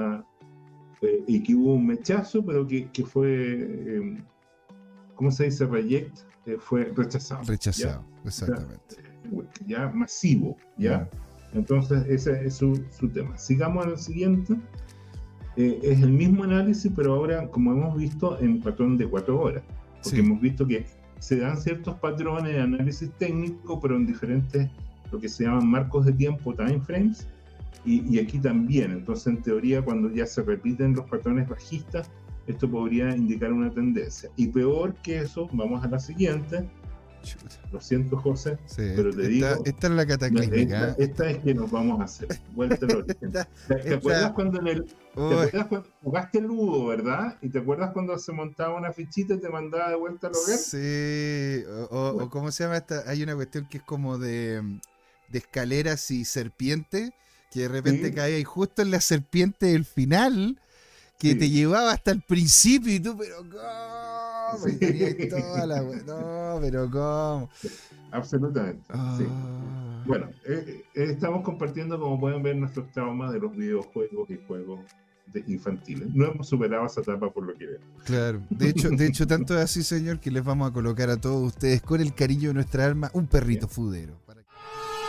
y que hubo un mechazo, pero que fue, ¿cómo se dice? Fue rechazado. Rechazado, ¿ya? Exactamente. Ya masivo, ¿ya? Entonces ese es su tema. Sigamos al siguiente. Es el mismo análisis, pero ahora, como hemos visto, en patrón de 4 horas. Porque hemos visto que se dan ciertos patrones de análisis técnico, pero en diferentes, lo que se llaman marcos de tiempo, time frames, y aquí también. Entonces, en teoría, cuando ya se repiten los patrones bajistas, esto podría indicar una tendencia. Y peor que eso, vamos a la siguiente, Chuta. Lo siento, José, Sí, pero te digo, esta es la cataclísmica. esta es que nos vamos a hacer. Vuelta al origen. ¿Te acuerdas cuando ¿te acuerdas cuando jugaste Ludo, verdad? ¿Y te acuerdas cuando se montaba una fichita y te mandaba de vuelta al hogar? Sí, o Bueno. ¿cómo se llama esta? Hay una cuestión que es como de escaleras y serpiente, que de repente Sí. caía y justo en la serpiente del final, que Sí. te llevaba hasta el principio y tú, pero ¿cómo? Sí. Y tenías toda la... No, pero ¿cómo? Absolutamente. Sí. Ah. Bueno, estamos compartiendo, como pueden ver, nuestros traumas de los videojuegos y juegos infantiles. No hemos superado esa etapa por lo que veo. Claro, de hecho, tanto es así, señor, que les vamos a colocar a todos ustedes, con el cariño de nuestra alma, un perrito fudero. Para que...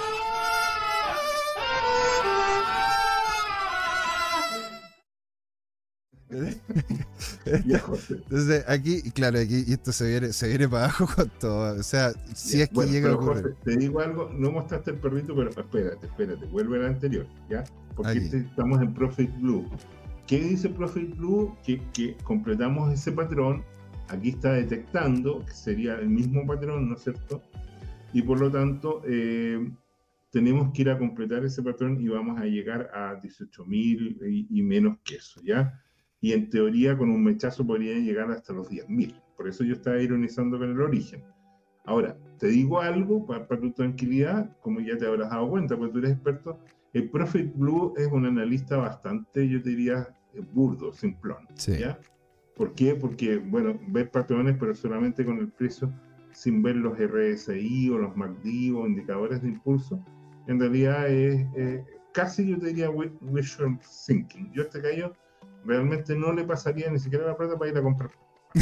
Ya, José. Entonces, aquí, claro, aquí y esto se viene para abajo con todo. O sea, si Ya, es que bueno, llega a pero ocurrir. José, te digo algo, no mostraste el perrito, pero espérate, vuelve al anterior, ¿ya? Porque Aquí. estamos en Profit Blue. ¿Qué dice Profit Blue? Que completamos ese patrón, aquí está detectando que sería el mismo patrón, ¿no es cierto? Y por lo tanto, tenemos que ir a completar ese patrón y vamos a llegar a 18.000 y menos que eso, ¿ya? Y en teoría con un mechazo podrían llegar hasta los 10.000. Por eso yo estaba ironizando con el origen. Ahora, te digo algo para tu tranquilidad, como ya te habrás dado cuenta, porque tú eres experto. El Profit Blue es un analista bastante, yo te diría, burdo, simplón. Sí. ¿Ya? ¿Por qué? Porque, bueno, ver patrones, pero solamente con el precio, sin ver los RSI o los MACD o indicadores de impulso, en realidad es casi, yo te diría, wishful thinking. Yo este gallo realmente no le pasaría ni siquiera la plata para ir a comprar.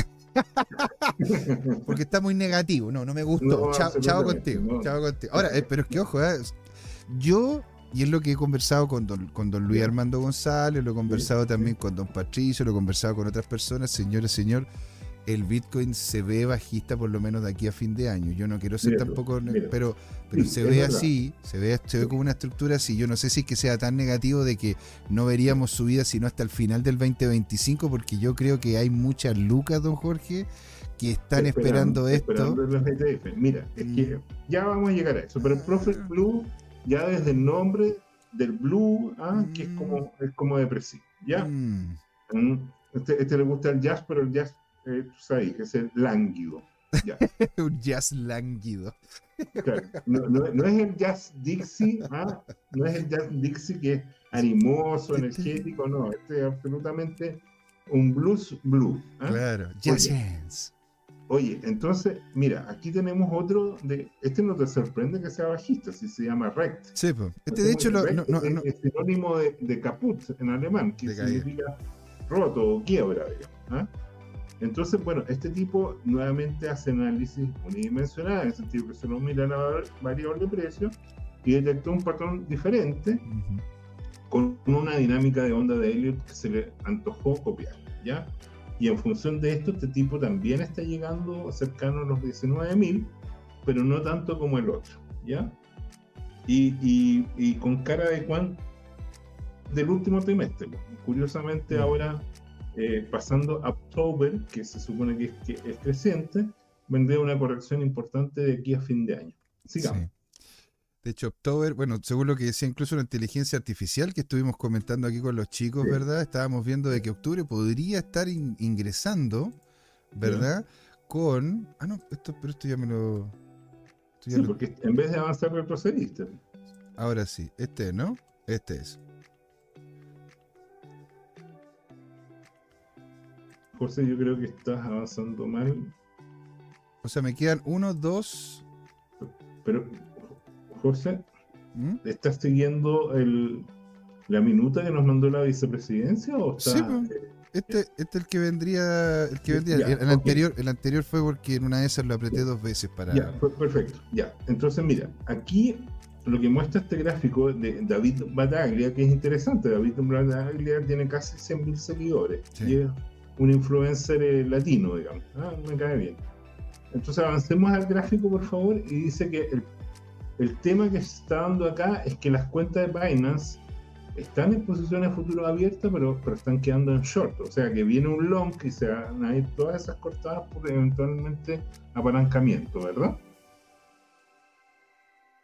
Porque está muy negativo, no me gustó. No, Chao absolutamente, contigo, no. chao contigo. Ahora, pero es que ojo, yo, y es lo que he conversado con don Luis Armando González, lo he conversado también con don Patricio, lo he conversado con otras personas, señor, el Bitcoin se ve bajista por lo menos de aquí a fin de año. Yo no quiero ser tampoco, pero Sí, se es ve verdad. así, se ve como una estructura así. Yo no sé si es que sea tan negativo de que no veríamos subida sino hasta el final del 2025, porque yo creo que hay muchas lucas, don Jorge, que están esperando esto. Esperando los ETF. Mira, es que ya vamos a llegar a eso, pero el Profit Blue, ya desde el nombre del Blue, que es como depresivo, ¿ya? Este le gusta el jazz, pero el jazz, tú sabes, que es el lánguido. Ya. Un jazz lánguido. Claro, no es el jazz Dixie, no es el jazz Dixie que es animoso, energético, no, este es absolutamente un blues blue. Claro, jazz hands. Oye, entonces, mira, aquí tenemos otro este no te sorprende que sea bajista, si se llama Rect. Sí, pues. De hecho, es sinónimo de kaput en alemán, que significa roto o quiebra, digamos. Entonces, bueno, este tipo nuevamente hace análisis unidimensional, en el sentido que solo mira la variable de precio y detectó un patrón diferente con una dinámica de onda de Elliott que se le antojó copiar, ¿ya? Y en función de esto, este tipo también está llegando cercano a los 19.000, pero no tanto como el otro, ¿ya? Y con cara de del último trimestre. Curiosamente ahora, pasando a October, que se supone que es creciente, vendría una corrección importante de aquí a fin de año. Sigamos. Sí. De hecho, October, bueno, según lo que decía incluso la inteligencia artificial que estuvimos comentando aquí con los chicos, sí, ¿verdad? Estábamos viendo de que octubre podría estar ingresando, ¿verdad? Con... no, pero esto ya me lo... Sí, porque en vez de avanzar retrocediste. Ahora sí, ¿no? Este es. José, yo creo que estás avanzando mal. O sea, me quedan 1, 2... Pero... José, ¿estás siguiendo la minuta que nos mandó la vicepresidencia o está...? Sí, pues, este es el que vendría. Ya, el anterior fue porque en una de esas lo apreté 2 veces para... Ya, perfecto, ya. Entonces, mira, aquí lo que muestra este gráfico de David Battaglia, que es interesante. David Battaglia tiene casi 100.000 seguidores, sí, y es un influencer latino, digamos. Me cae bien. Entonces, avancemos al gráfico, por favor, y dice que el tema que se está dando acá es que las cuentas de Binance están en posiciones futuras abiertas, pero están quedando en short. O sea que viene un long y se van a ir todas esas cortadas por eventualmente apalancamiento, ¿verdad?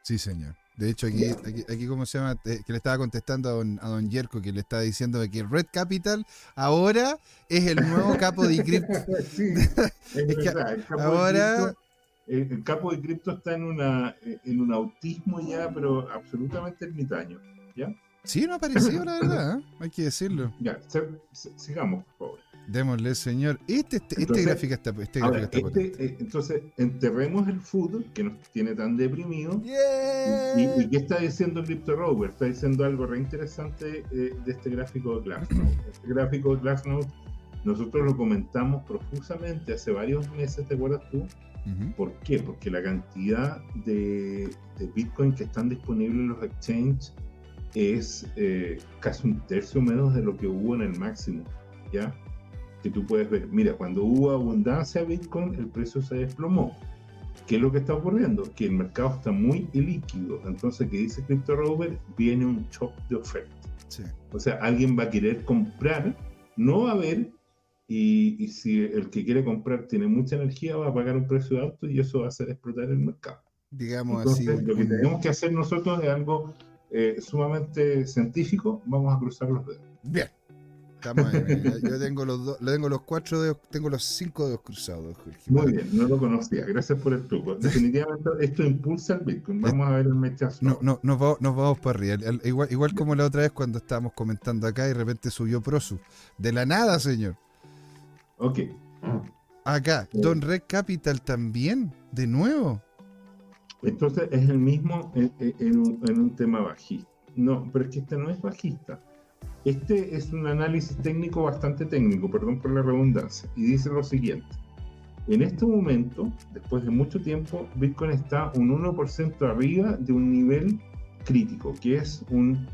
Sí, señor. De hecho, aquí ¿cómo se llama? Que le estaba contestando a don Yerko, que le estaba diciendo de que Red Capital ahora es el nuevo capo de cripto. Sí, es Es que verdad. ahora, El capo de cripto está en un autismo ya, pero absolutamente ermitaño. ¿Ya? sí, no ha aparecido, la verdad, ¿eh? Hay que decirlo. Ya, sigamos, por favor. Démosle, señor. Este Entonces, gráfico está ahora, potente. entonces, enterremos el food que nos tiene tan deprimido. ¡Yeah! ¿Y qué está diciendo CryptoRover? Está diciendo algo re interesante de este gráfico de Glassnode. Este gráfico de Glassnode nosotros lo comentamos profusamente hace varios meses, ¿te acuerdas tú? ¿Por qué? Porque la cantidad de Bitcoin que están disponibles en los exchanges es casi un tercio menos de lo que hubo en el máximo, ¿ya? Que tú puedes ver, mira, cuando hubo abundancia de Bitcoin, el precio se desplomó. ¿Qué es lo que está ocurriendo? Que el mercado está muy ilíquido. Entonces, ¿qué dice CryptoRover? Viene un shock de oferta. Sí. O sea, alguien va a querer comprar, no va a haber, y si el que quiere comprar tiene mucha energía, va a pagar un precio alto y eso va a hacer explotar el mercado. Digamos así, Entonces, lo que tenemos que hacer nosotros es algo sumamente científico. Vamos a cruzar los dedos. Bien. Estamos ahí, mira. Yo tengo los 4 dedos, tengo los 5 dedos cruzados, Jorge. Muy bien, no lo conocía. Gracias por el truco. Definitivamente esto impulsa el Bitcoin. Vamos a ver el mechazo. Nos vamos para arriba. Igual como la otra vez cuando estábamos comentando acá y de repente subió Prosu. De la nada, señor. Ok. Acá, Don Red Capital también, de nuevo. Entonces es el mismo en un tema bajista. No, pero es que este no es bajista. Este es un análisis técnico bastante técnico, perdón por la redundancia, y dice lo siguiente. En este momento, después de mucho tiempo, Bitcoin está un 1% arriba de un nivel crítico, que es un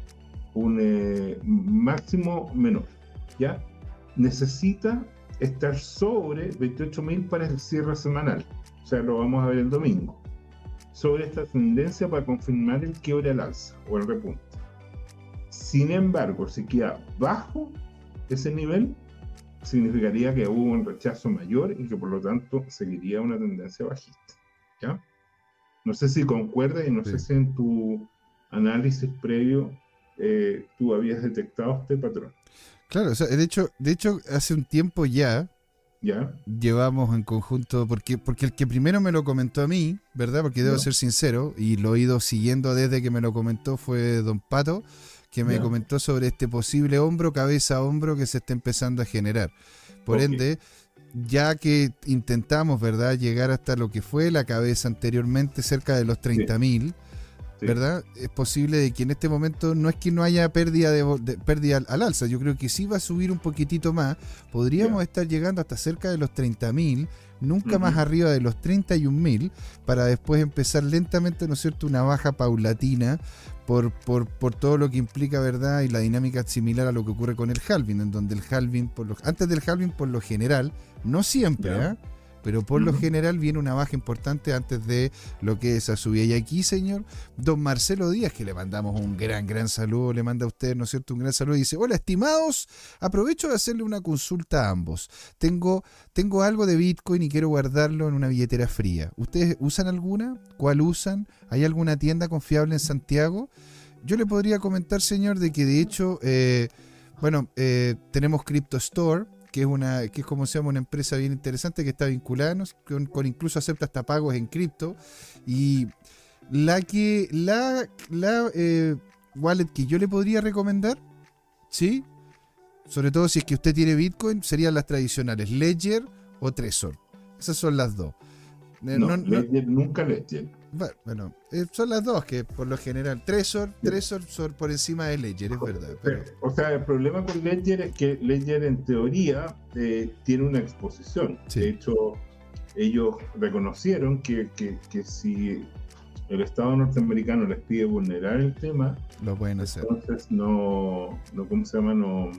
máximo menor, ¿ya? Necesita estar sobre 28.000 para el cierre semanal, o sea, lo vamos a ver el domingo, sobre esta tendencia para confirmar el quiebre al alza o el repunte. Sin embargo, si queda bajo ese nivel, significaría que hubo un rechazo mayor y que por lo tanto seguiría una tendencia bajista, ¿ya? No sé si concuerdas y no sé si en tu análisis previo tú habías detectado este patrón. Claro, o sea, de hecho hace un tiempo ya llevamos en conjunto, porque el que primero me lo comentó a mí, ¿verdad? Porque debo ser sincero, y lo he ido siguiendo desde que me lo comentó, fue Don Pato, que me comentó sobre este posible cabeza-hombro que se está empezando a generar. Por ende, ya que intentamos, ¿verdad?, llegar hasta lo que fue la cabeza anteriormente, cerca de los 30.000, ¿verdad? Es posible de que en este momento no es que no haya pérdida pérdida al alza, yo creo que sí va a subir un poquitito más, podríamos estar llegando hasta cerca de los 30.000, nunca más arriba de los 31.000, para después empezar lentamente, ¿no es cierto?, una baja paulatina por todo lo que implica, ¿verdad?, y la dinámica similar a lo que ocurre con el halving, en donde el halving, antes del halving, por lo general, no siempre, pero por lo general viene una baja importante antes de lo que es esa subida. Y aquí, señor, don Marcelo Díaz, que le mandamos un gran saludo, le manda a usted, ¿no es cierto?, un gran saludo, y dice: hola, estimados, aprovecho de hacerle una consulta a ambos. Tengo algo de Bitcoin y quiero guardarlo en una billetera fría. ¿Ustedes usan alguna? ¿Cuál usan? ¿Hay alguna tienda confiable en Santiago? Yo le podría comentar, señor, de que de hecho, tenemos Crypto Store, que es como se llama, una empresa bien interesante que está vinculada, con incluso acepta hasta pagos en cripto, y la wallet que yo le podría recomendar, ¿sí?, sobre todo si es que usted tiene Bitcoin, serían las tradicionales, Ledger o Trezor. Esas son las dos. Ledger, nunca Ledger. Bueno, son las dos que por lo general Trezor por encima de Ledger, es verdad. Pero... O sea, el problema con Ledger es que Ledger en teoría tiene una exposición. De hecho, ellos reconocieron que si el Estado norteamericano les pide vulnerar el tema, lo pueden hacer. Entonces ¿cómo se llama?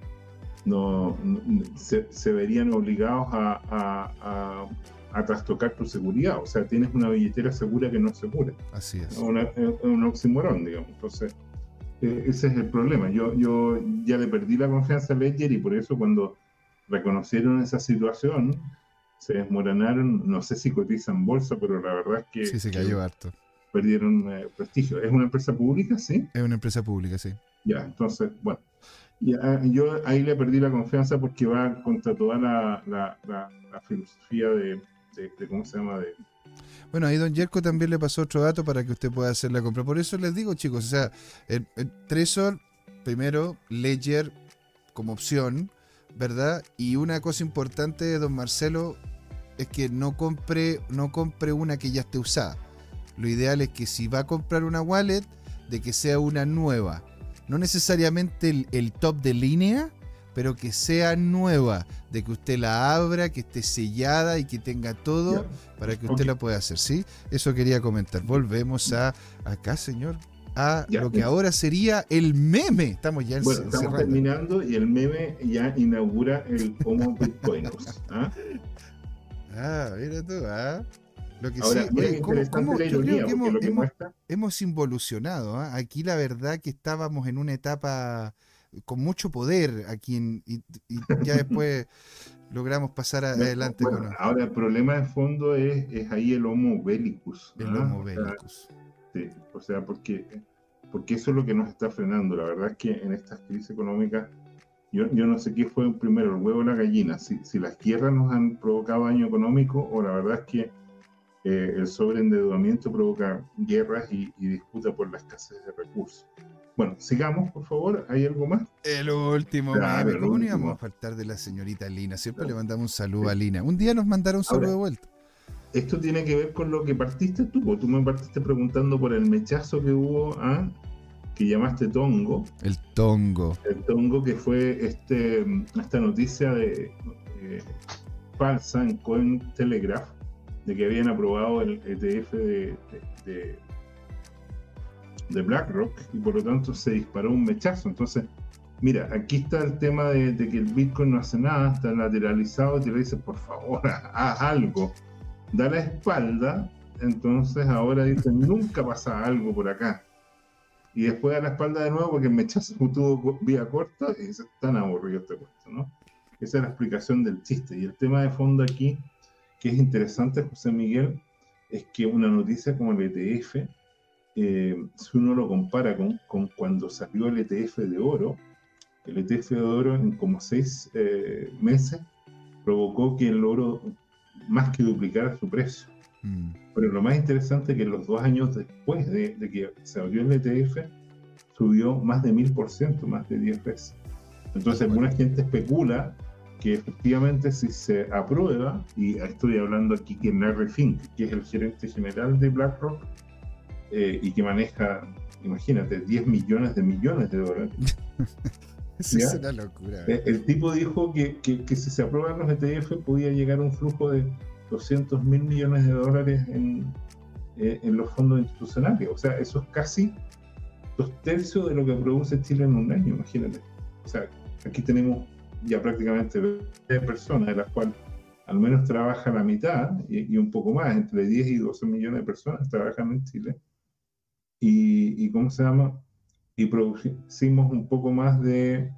Se verían obligados a trastocar tu seguridad. O sea, tienes una billetera segura que no es segura. Así es. Un oxímoron, digamos. Entonces, ese es el problema. Yo ya le perdí la confianza a Ledger y por eso cuando reconocieron esa situación, se desmoronaron. No sé si cotizan bolsa, pero la verdad es que... Sí, se cayó harto. perdieron prestigio. ¿Es una empresa pública? Sí. Es una empresa pública, sí. Ya, entonces, bueno. Yo ahí le perdí la confianza porque va contra toda la filosofía de ¿cómo se llama? Bueno, ahí don Yerko también le pasó otro dato para que usted pueda hacer la compra. Por eso les digo, chicos, o sea, el Trezor, primero, Ledger como opción, ¿verdad? Y una cosa importante, don Marcelo, es que no compre una que ya esté usada. Lo ideal es que si va a comprar una wallet, de que sea una nueva. No necesariamente el top de línea, pero que sea nueva, de que usted la abra, que esté sellada y que tenga todo para que usted la pueda hacer, ¿sí? Eso quería comentar. Volvemos acá, señor, lo que ahora sería el meme. Estamos ya estamos terminando y el meme ya inaugura el Homo Bitcoinus. Mira tú, Lo que ahora, sí, mira qué interesante la ironía, porque lo que muestra... Hemos involucionado, Aquí la verdad que estábamos en una etapa con mucho poder aquí y ya después logramos pasar adelante. Bueno, ahora el problema de fondo es ahí el Homo Bellicus. El Homo Bellicus. Sí, o sea, porque eso es lo que nos está frenando. La verdad es que en estas crisis económicas, yo no sé qué fue primero, el huevo o la gallina, si las guerras nos han provocado daño económico o la verdad es que el sobreendeudamiento provoca guerras y disputa por la escasez de recursos. Bueno, sigamos, por favor. ¿Hay algo más? El último meme. ¿Cómo no íbamos a faltar de la señorita Lina? Siempre le mandamos un saludo a Lina. Un día nos mandaron un saludo de vuelta. Esto tiene que ver con lo que partiste tú, porque tú me partiste preguntando por el mechazo que hubo, que llamaste Tongo. El Tongo. El Tongo, que fue esta noticia falsa en Cointelegraph, de que habían aprobado el ETF de BlackRock y por lo tanto se disparó un mechazo. Entonces, mira, aquí está el tema de que el Bitcoin no hace nada, está lateralizado y te le dice, por favor, haz algo, da la espalda. Entonces ahora dicen, nunca pasa algo por acá. Y después da la espalda de nuevo porque el mechazo tuvo vía corta y dice, tan aburrido este cuento, ¿no? Esa es la explicación del chiste. Y el tema de fondo aquí, que es interesante, José Miguel, es que una noticia como el ETF, si uno lo compara con cuando salió el ETF de oro, el ETF de oro en como 6 meses provocó que el oro más que duplicara su precio. Pero lo más interesante es que los 2 años después de que se abrió el ETF, subió más de 1000%, más de 10 veces. Entonces, alguna gente especula que efectivamente si se aprueba, y estoy hablando aquí que Larry Fink, que es el gerente general de BlackRock, y que maneja, imagínate, 10 millones de dólares. Eso es una locura. El tipo dijo que si se aprueban los ETF podía llegar a un flujo de 200 mil millones de dólares en los fondos institucionales. O sea, eso es casi 2/3 de lo que produce Chile en un año, imagínate. O sea, aquí tenemos ya prácticamente 20 personas, de las cuales al menos trabaja la mitad y un poco más, entre 10 y 12 millones de personas trabajan en Chile. Y ¿cómo se llama? Y producimos un poco más de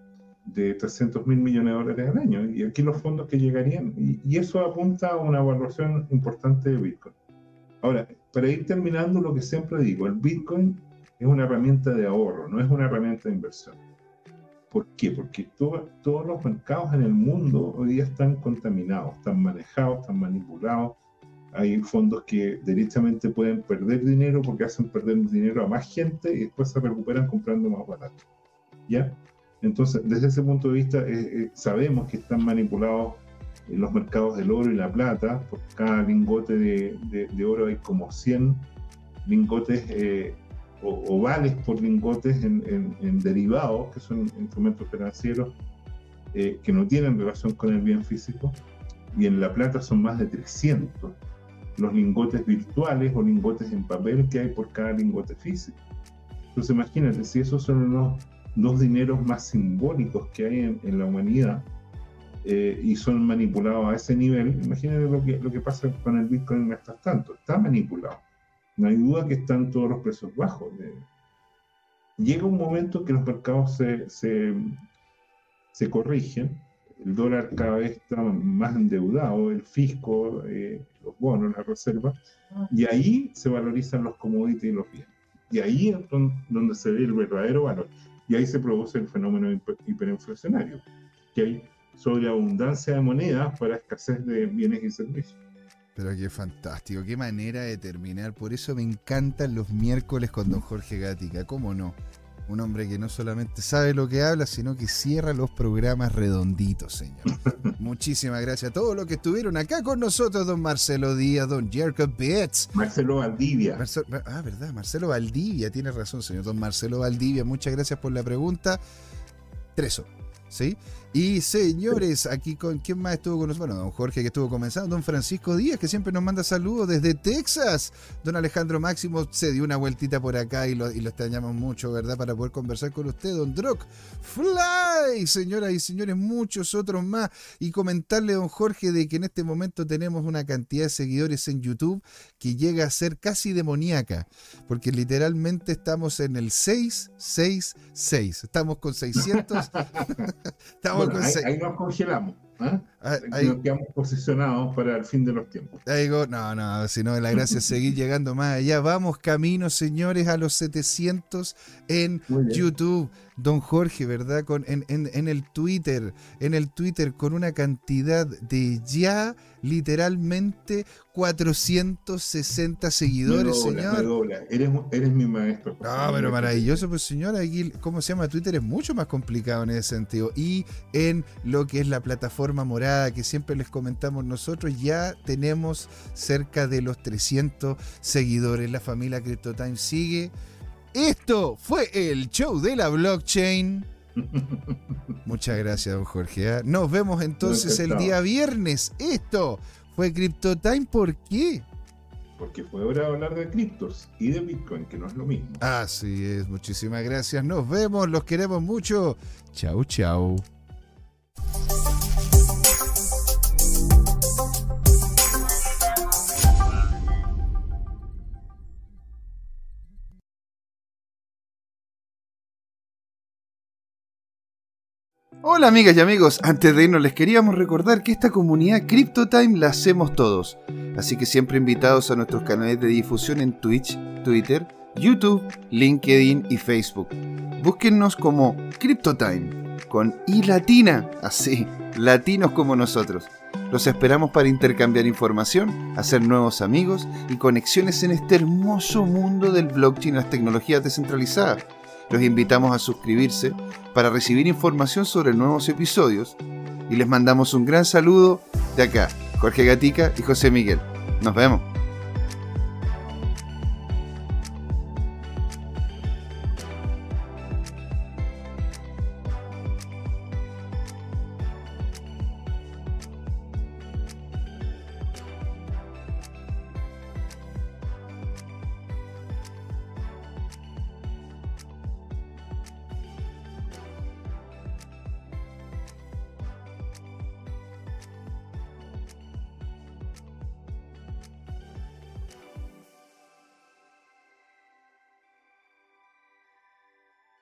300 mil millones de dólares al año. Y aquí los fondos que llegarían, y eso apunta a una evaluación importante de Bitcoin. Ahora, para ir terminando, lo que siempre digo, el Bitcoin es una herramienta de ahorro, no es una herramienta de inversión. ¿Por qué? Porque todos los mercados en el mundo hoy día están contaminados, están manejados, están manipulados. Hay fondos que derechamente pueden perder dinero porque hacen perder dinero a más gente y después se recuperan comprando más barato. ¿Ya? Entonces, desde ese punto de vista, sabemos que están manipulados los mercados del oro y la plata. Por cada lingote de oro hay como 100 lingotes o vales por lingotes en derivados, que son instrumentos financieros que no tienen relación con el bien físico. Y en la plata son más de 300 los lingotes virtuales o lingotes en papel que hay por cada lingote físico. Entonces imagínate, si esos son los 2 dineros más simbólicos que hay en la humanidad y son manipulados a ese nivel, imagínate lo que pasa con el Bitcoin mientras tanto, está manipulado. No hay duda que están todos los precios bajos. Llega un momento que los mercados se corrigen. el dólar cada vez está más endeudado, el fisco, los bonos, la reserva, y ahí se valorizan los commodities y los bienes. Y ahí es donde se ve el verdadero valor. Y ahí se produce el fenómeno hiperinflacionario, que hay sobreabundancia de monedas para escasez de bienes y servicios. Pero qué fantástico, qué manera de terminar. Por eso me encantan los miércoles con don Jorge Gatica, ¿cómo no? Un hombre que no solamente sabe lo que habla, sino que cierra los programas redonditos, señor. Muchísimas gracias a todos los que estuvieron acá con nosotros, don Marcelo Díaz, don Jacob Betts. Marcelo Valdivia. Verdad, Marcelo Valdivia, tiene razón, señor. Don Marcelo Valdivia, muchas gracias por la pregunta. Treso, ¿sí? Y señores, aquí con ¿quién más estuvo con nosotros? Bueno, don Jorge, que estuvo comenzando, don Francisco Díaz, que siempre nos manda saludos desde Texas, don Alejandro Máximo se dio una vueltita por acá y lo extrañamos mucho, ¿verdad? Para poder conversar con usted, don Drock Fly, señoras y señores, muchos otros más, y comentarle, don Jorge, de que en este momento tenemos una cantidad de seguidores en YouTube que llega a ser casi demoníaca, porque literalmente estamos en el 666, estamos con 600, estamos bueno, ahí nos congelamos, ahí nos quedamos posicionados para el fin de los tiempos. No, si no, la gracia es seguir llegando más allá. Vamos camino, señores, a los 700 en YouTube. Don Jorge, ¿verdad? En el Twitter, con una cantidad de ya literalmente 460 seguidores, señor. Me dobla. Eres mi maestro. No, pero maravilloso, pues señor, aquí, ¿cómo se llama? Twitter es mucho más complicado en ese sentido. Y en lo que es la plataforma morada, que siempre les comentamos nosotros, ya tenemos cerca de los 300 seguidores. La familia CryptoTime sigue. Esto fue el show de la blockchain. Muchas gracias, don Jorge. Nos vemos entonces el día viernes. Esto fue CryptoTime. ¿Por qué? Porque fue hora de hablar de criptos y de Bitcoin, que no es lo mismo. Así es, muchísimas gracias. Nos vemos, los queremos mucho. Chau, chau. Hola amigas y amigos, antes de irnos les queríamos recordar que esta comunidad CryptoTime la hacemos todos, así que siempre invitados a nuestros canales de difusión en Twitch, Twitter, YouTube, LinkedIn y Facebook. Búsquennos como CryptoTime, con I latina, así, latinos como nosotros. Los esperamos para intercambiar información, hacer nuevos amigos y conexiones en este hermoso mundo del blockchain y las tecnologías descentralizadas. Los invitamos a suscribirse para recibir información sobre nuevos episodios y les mandamos un gran saludo de acá, Jorge Gatica y José Miguel. Nos vemos.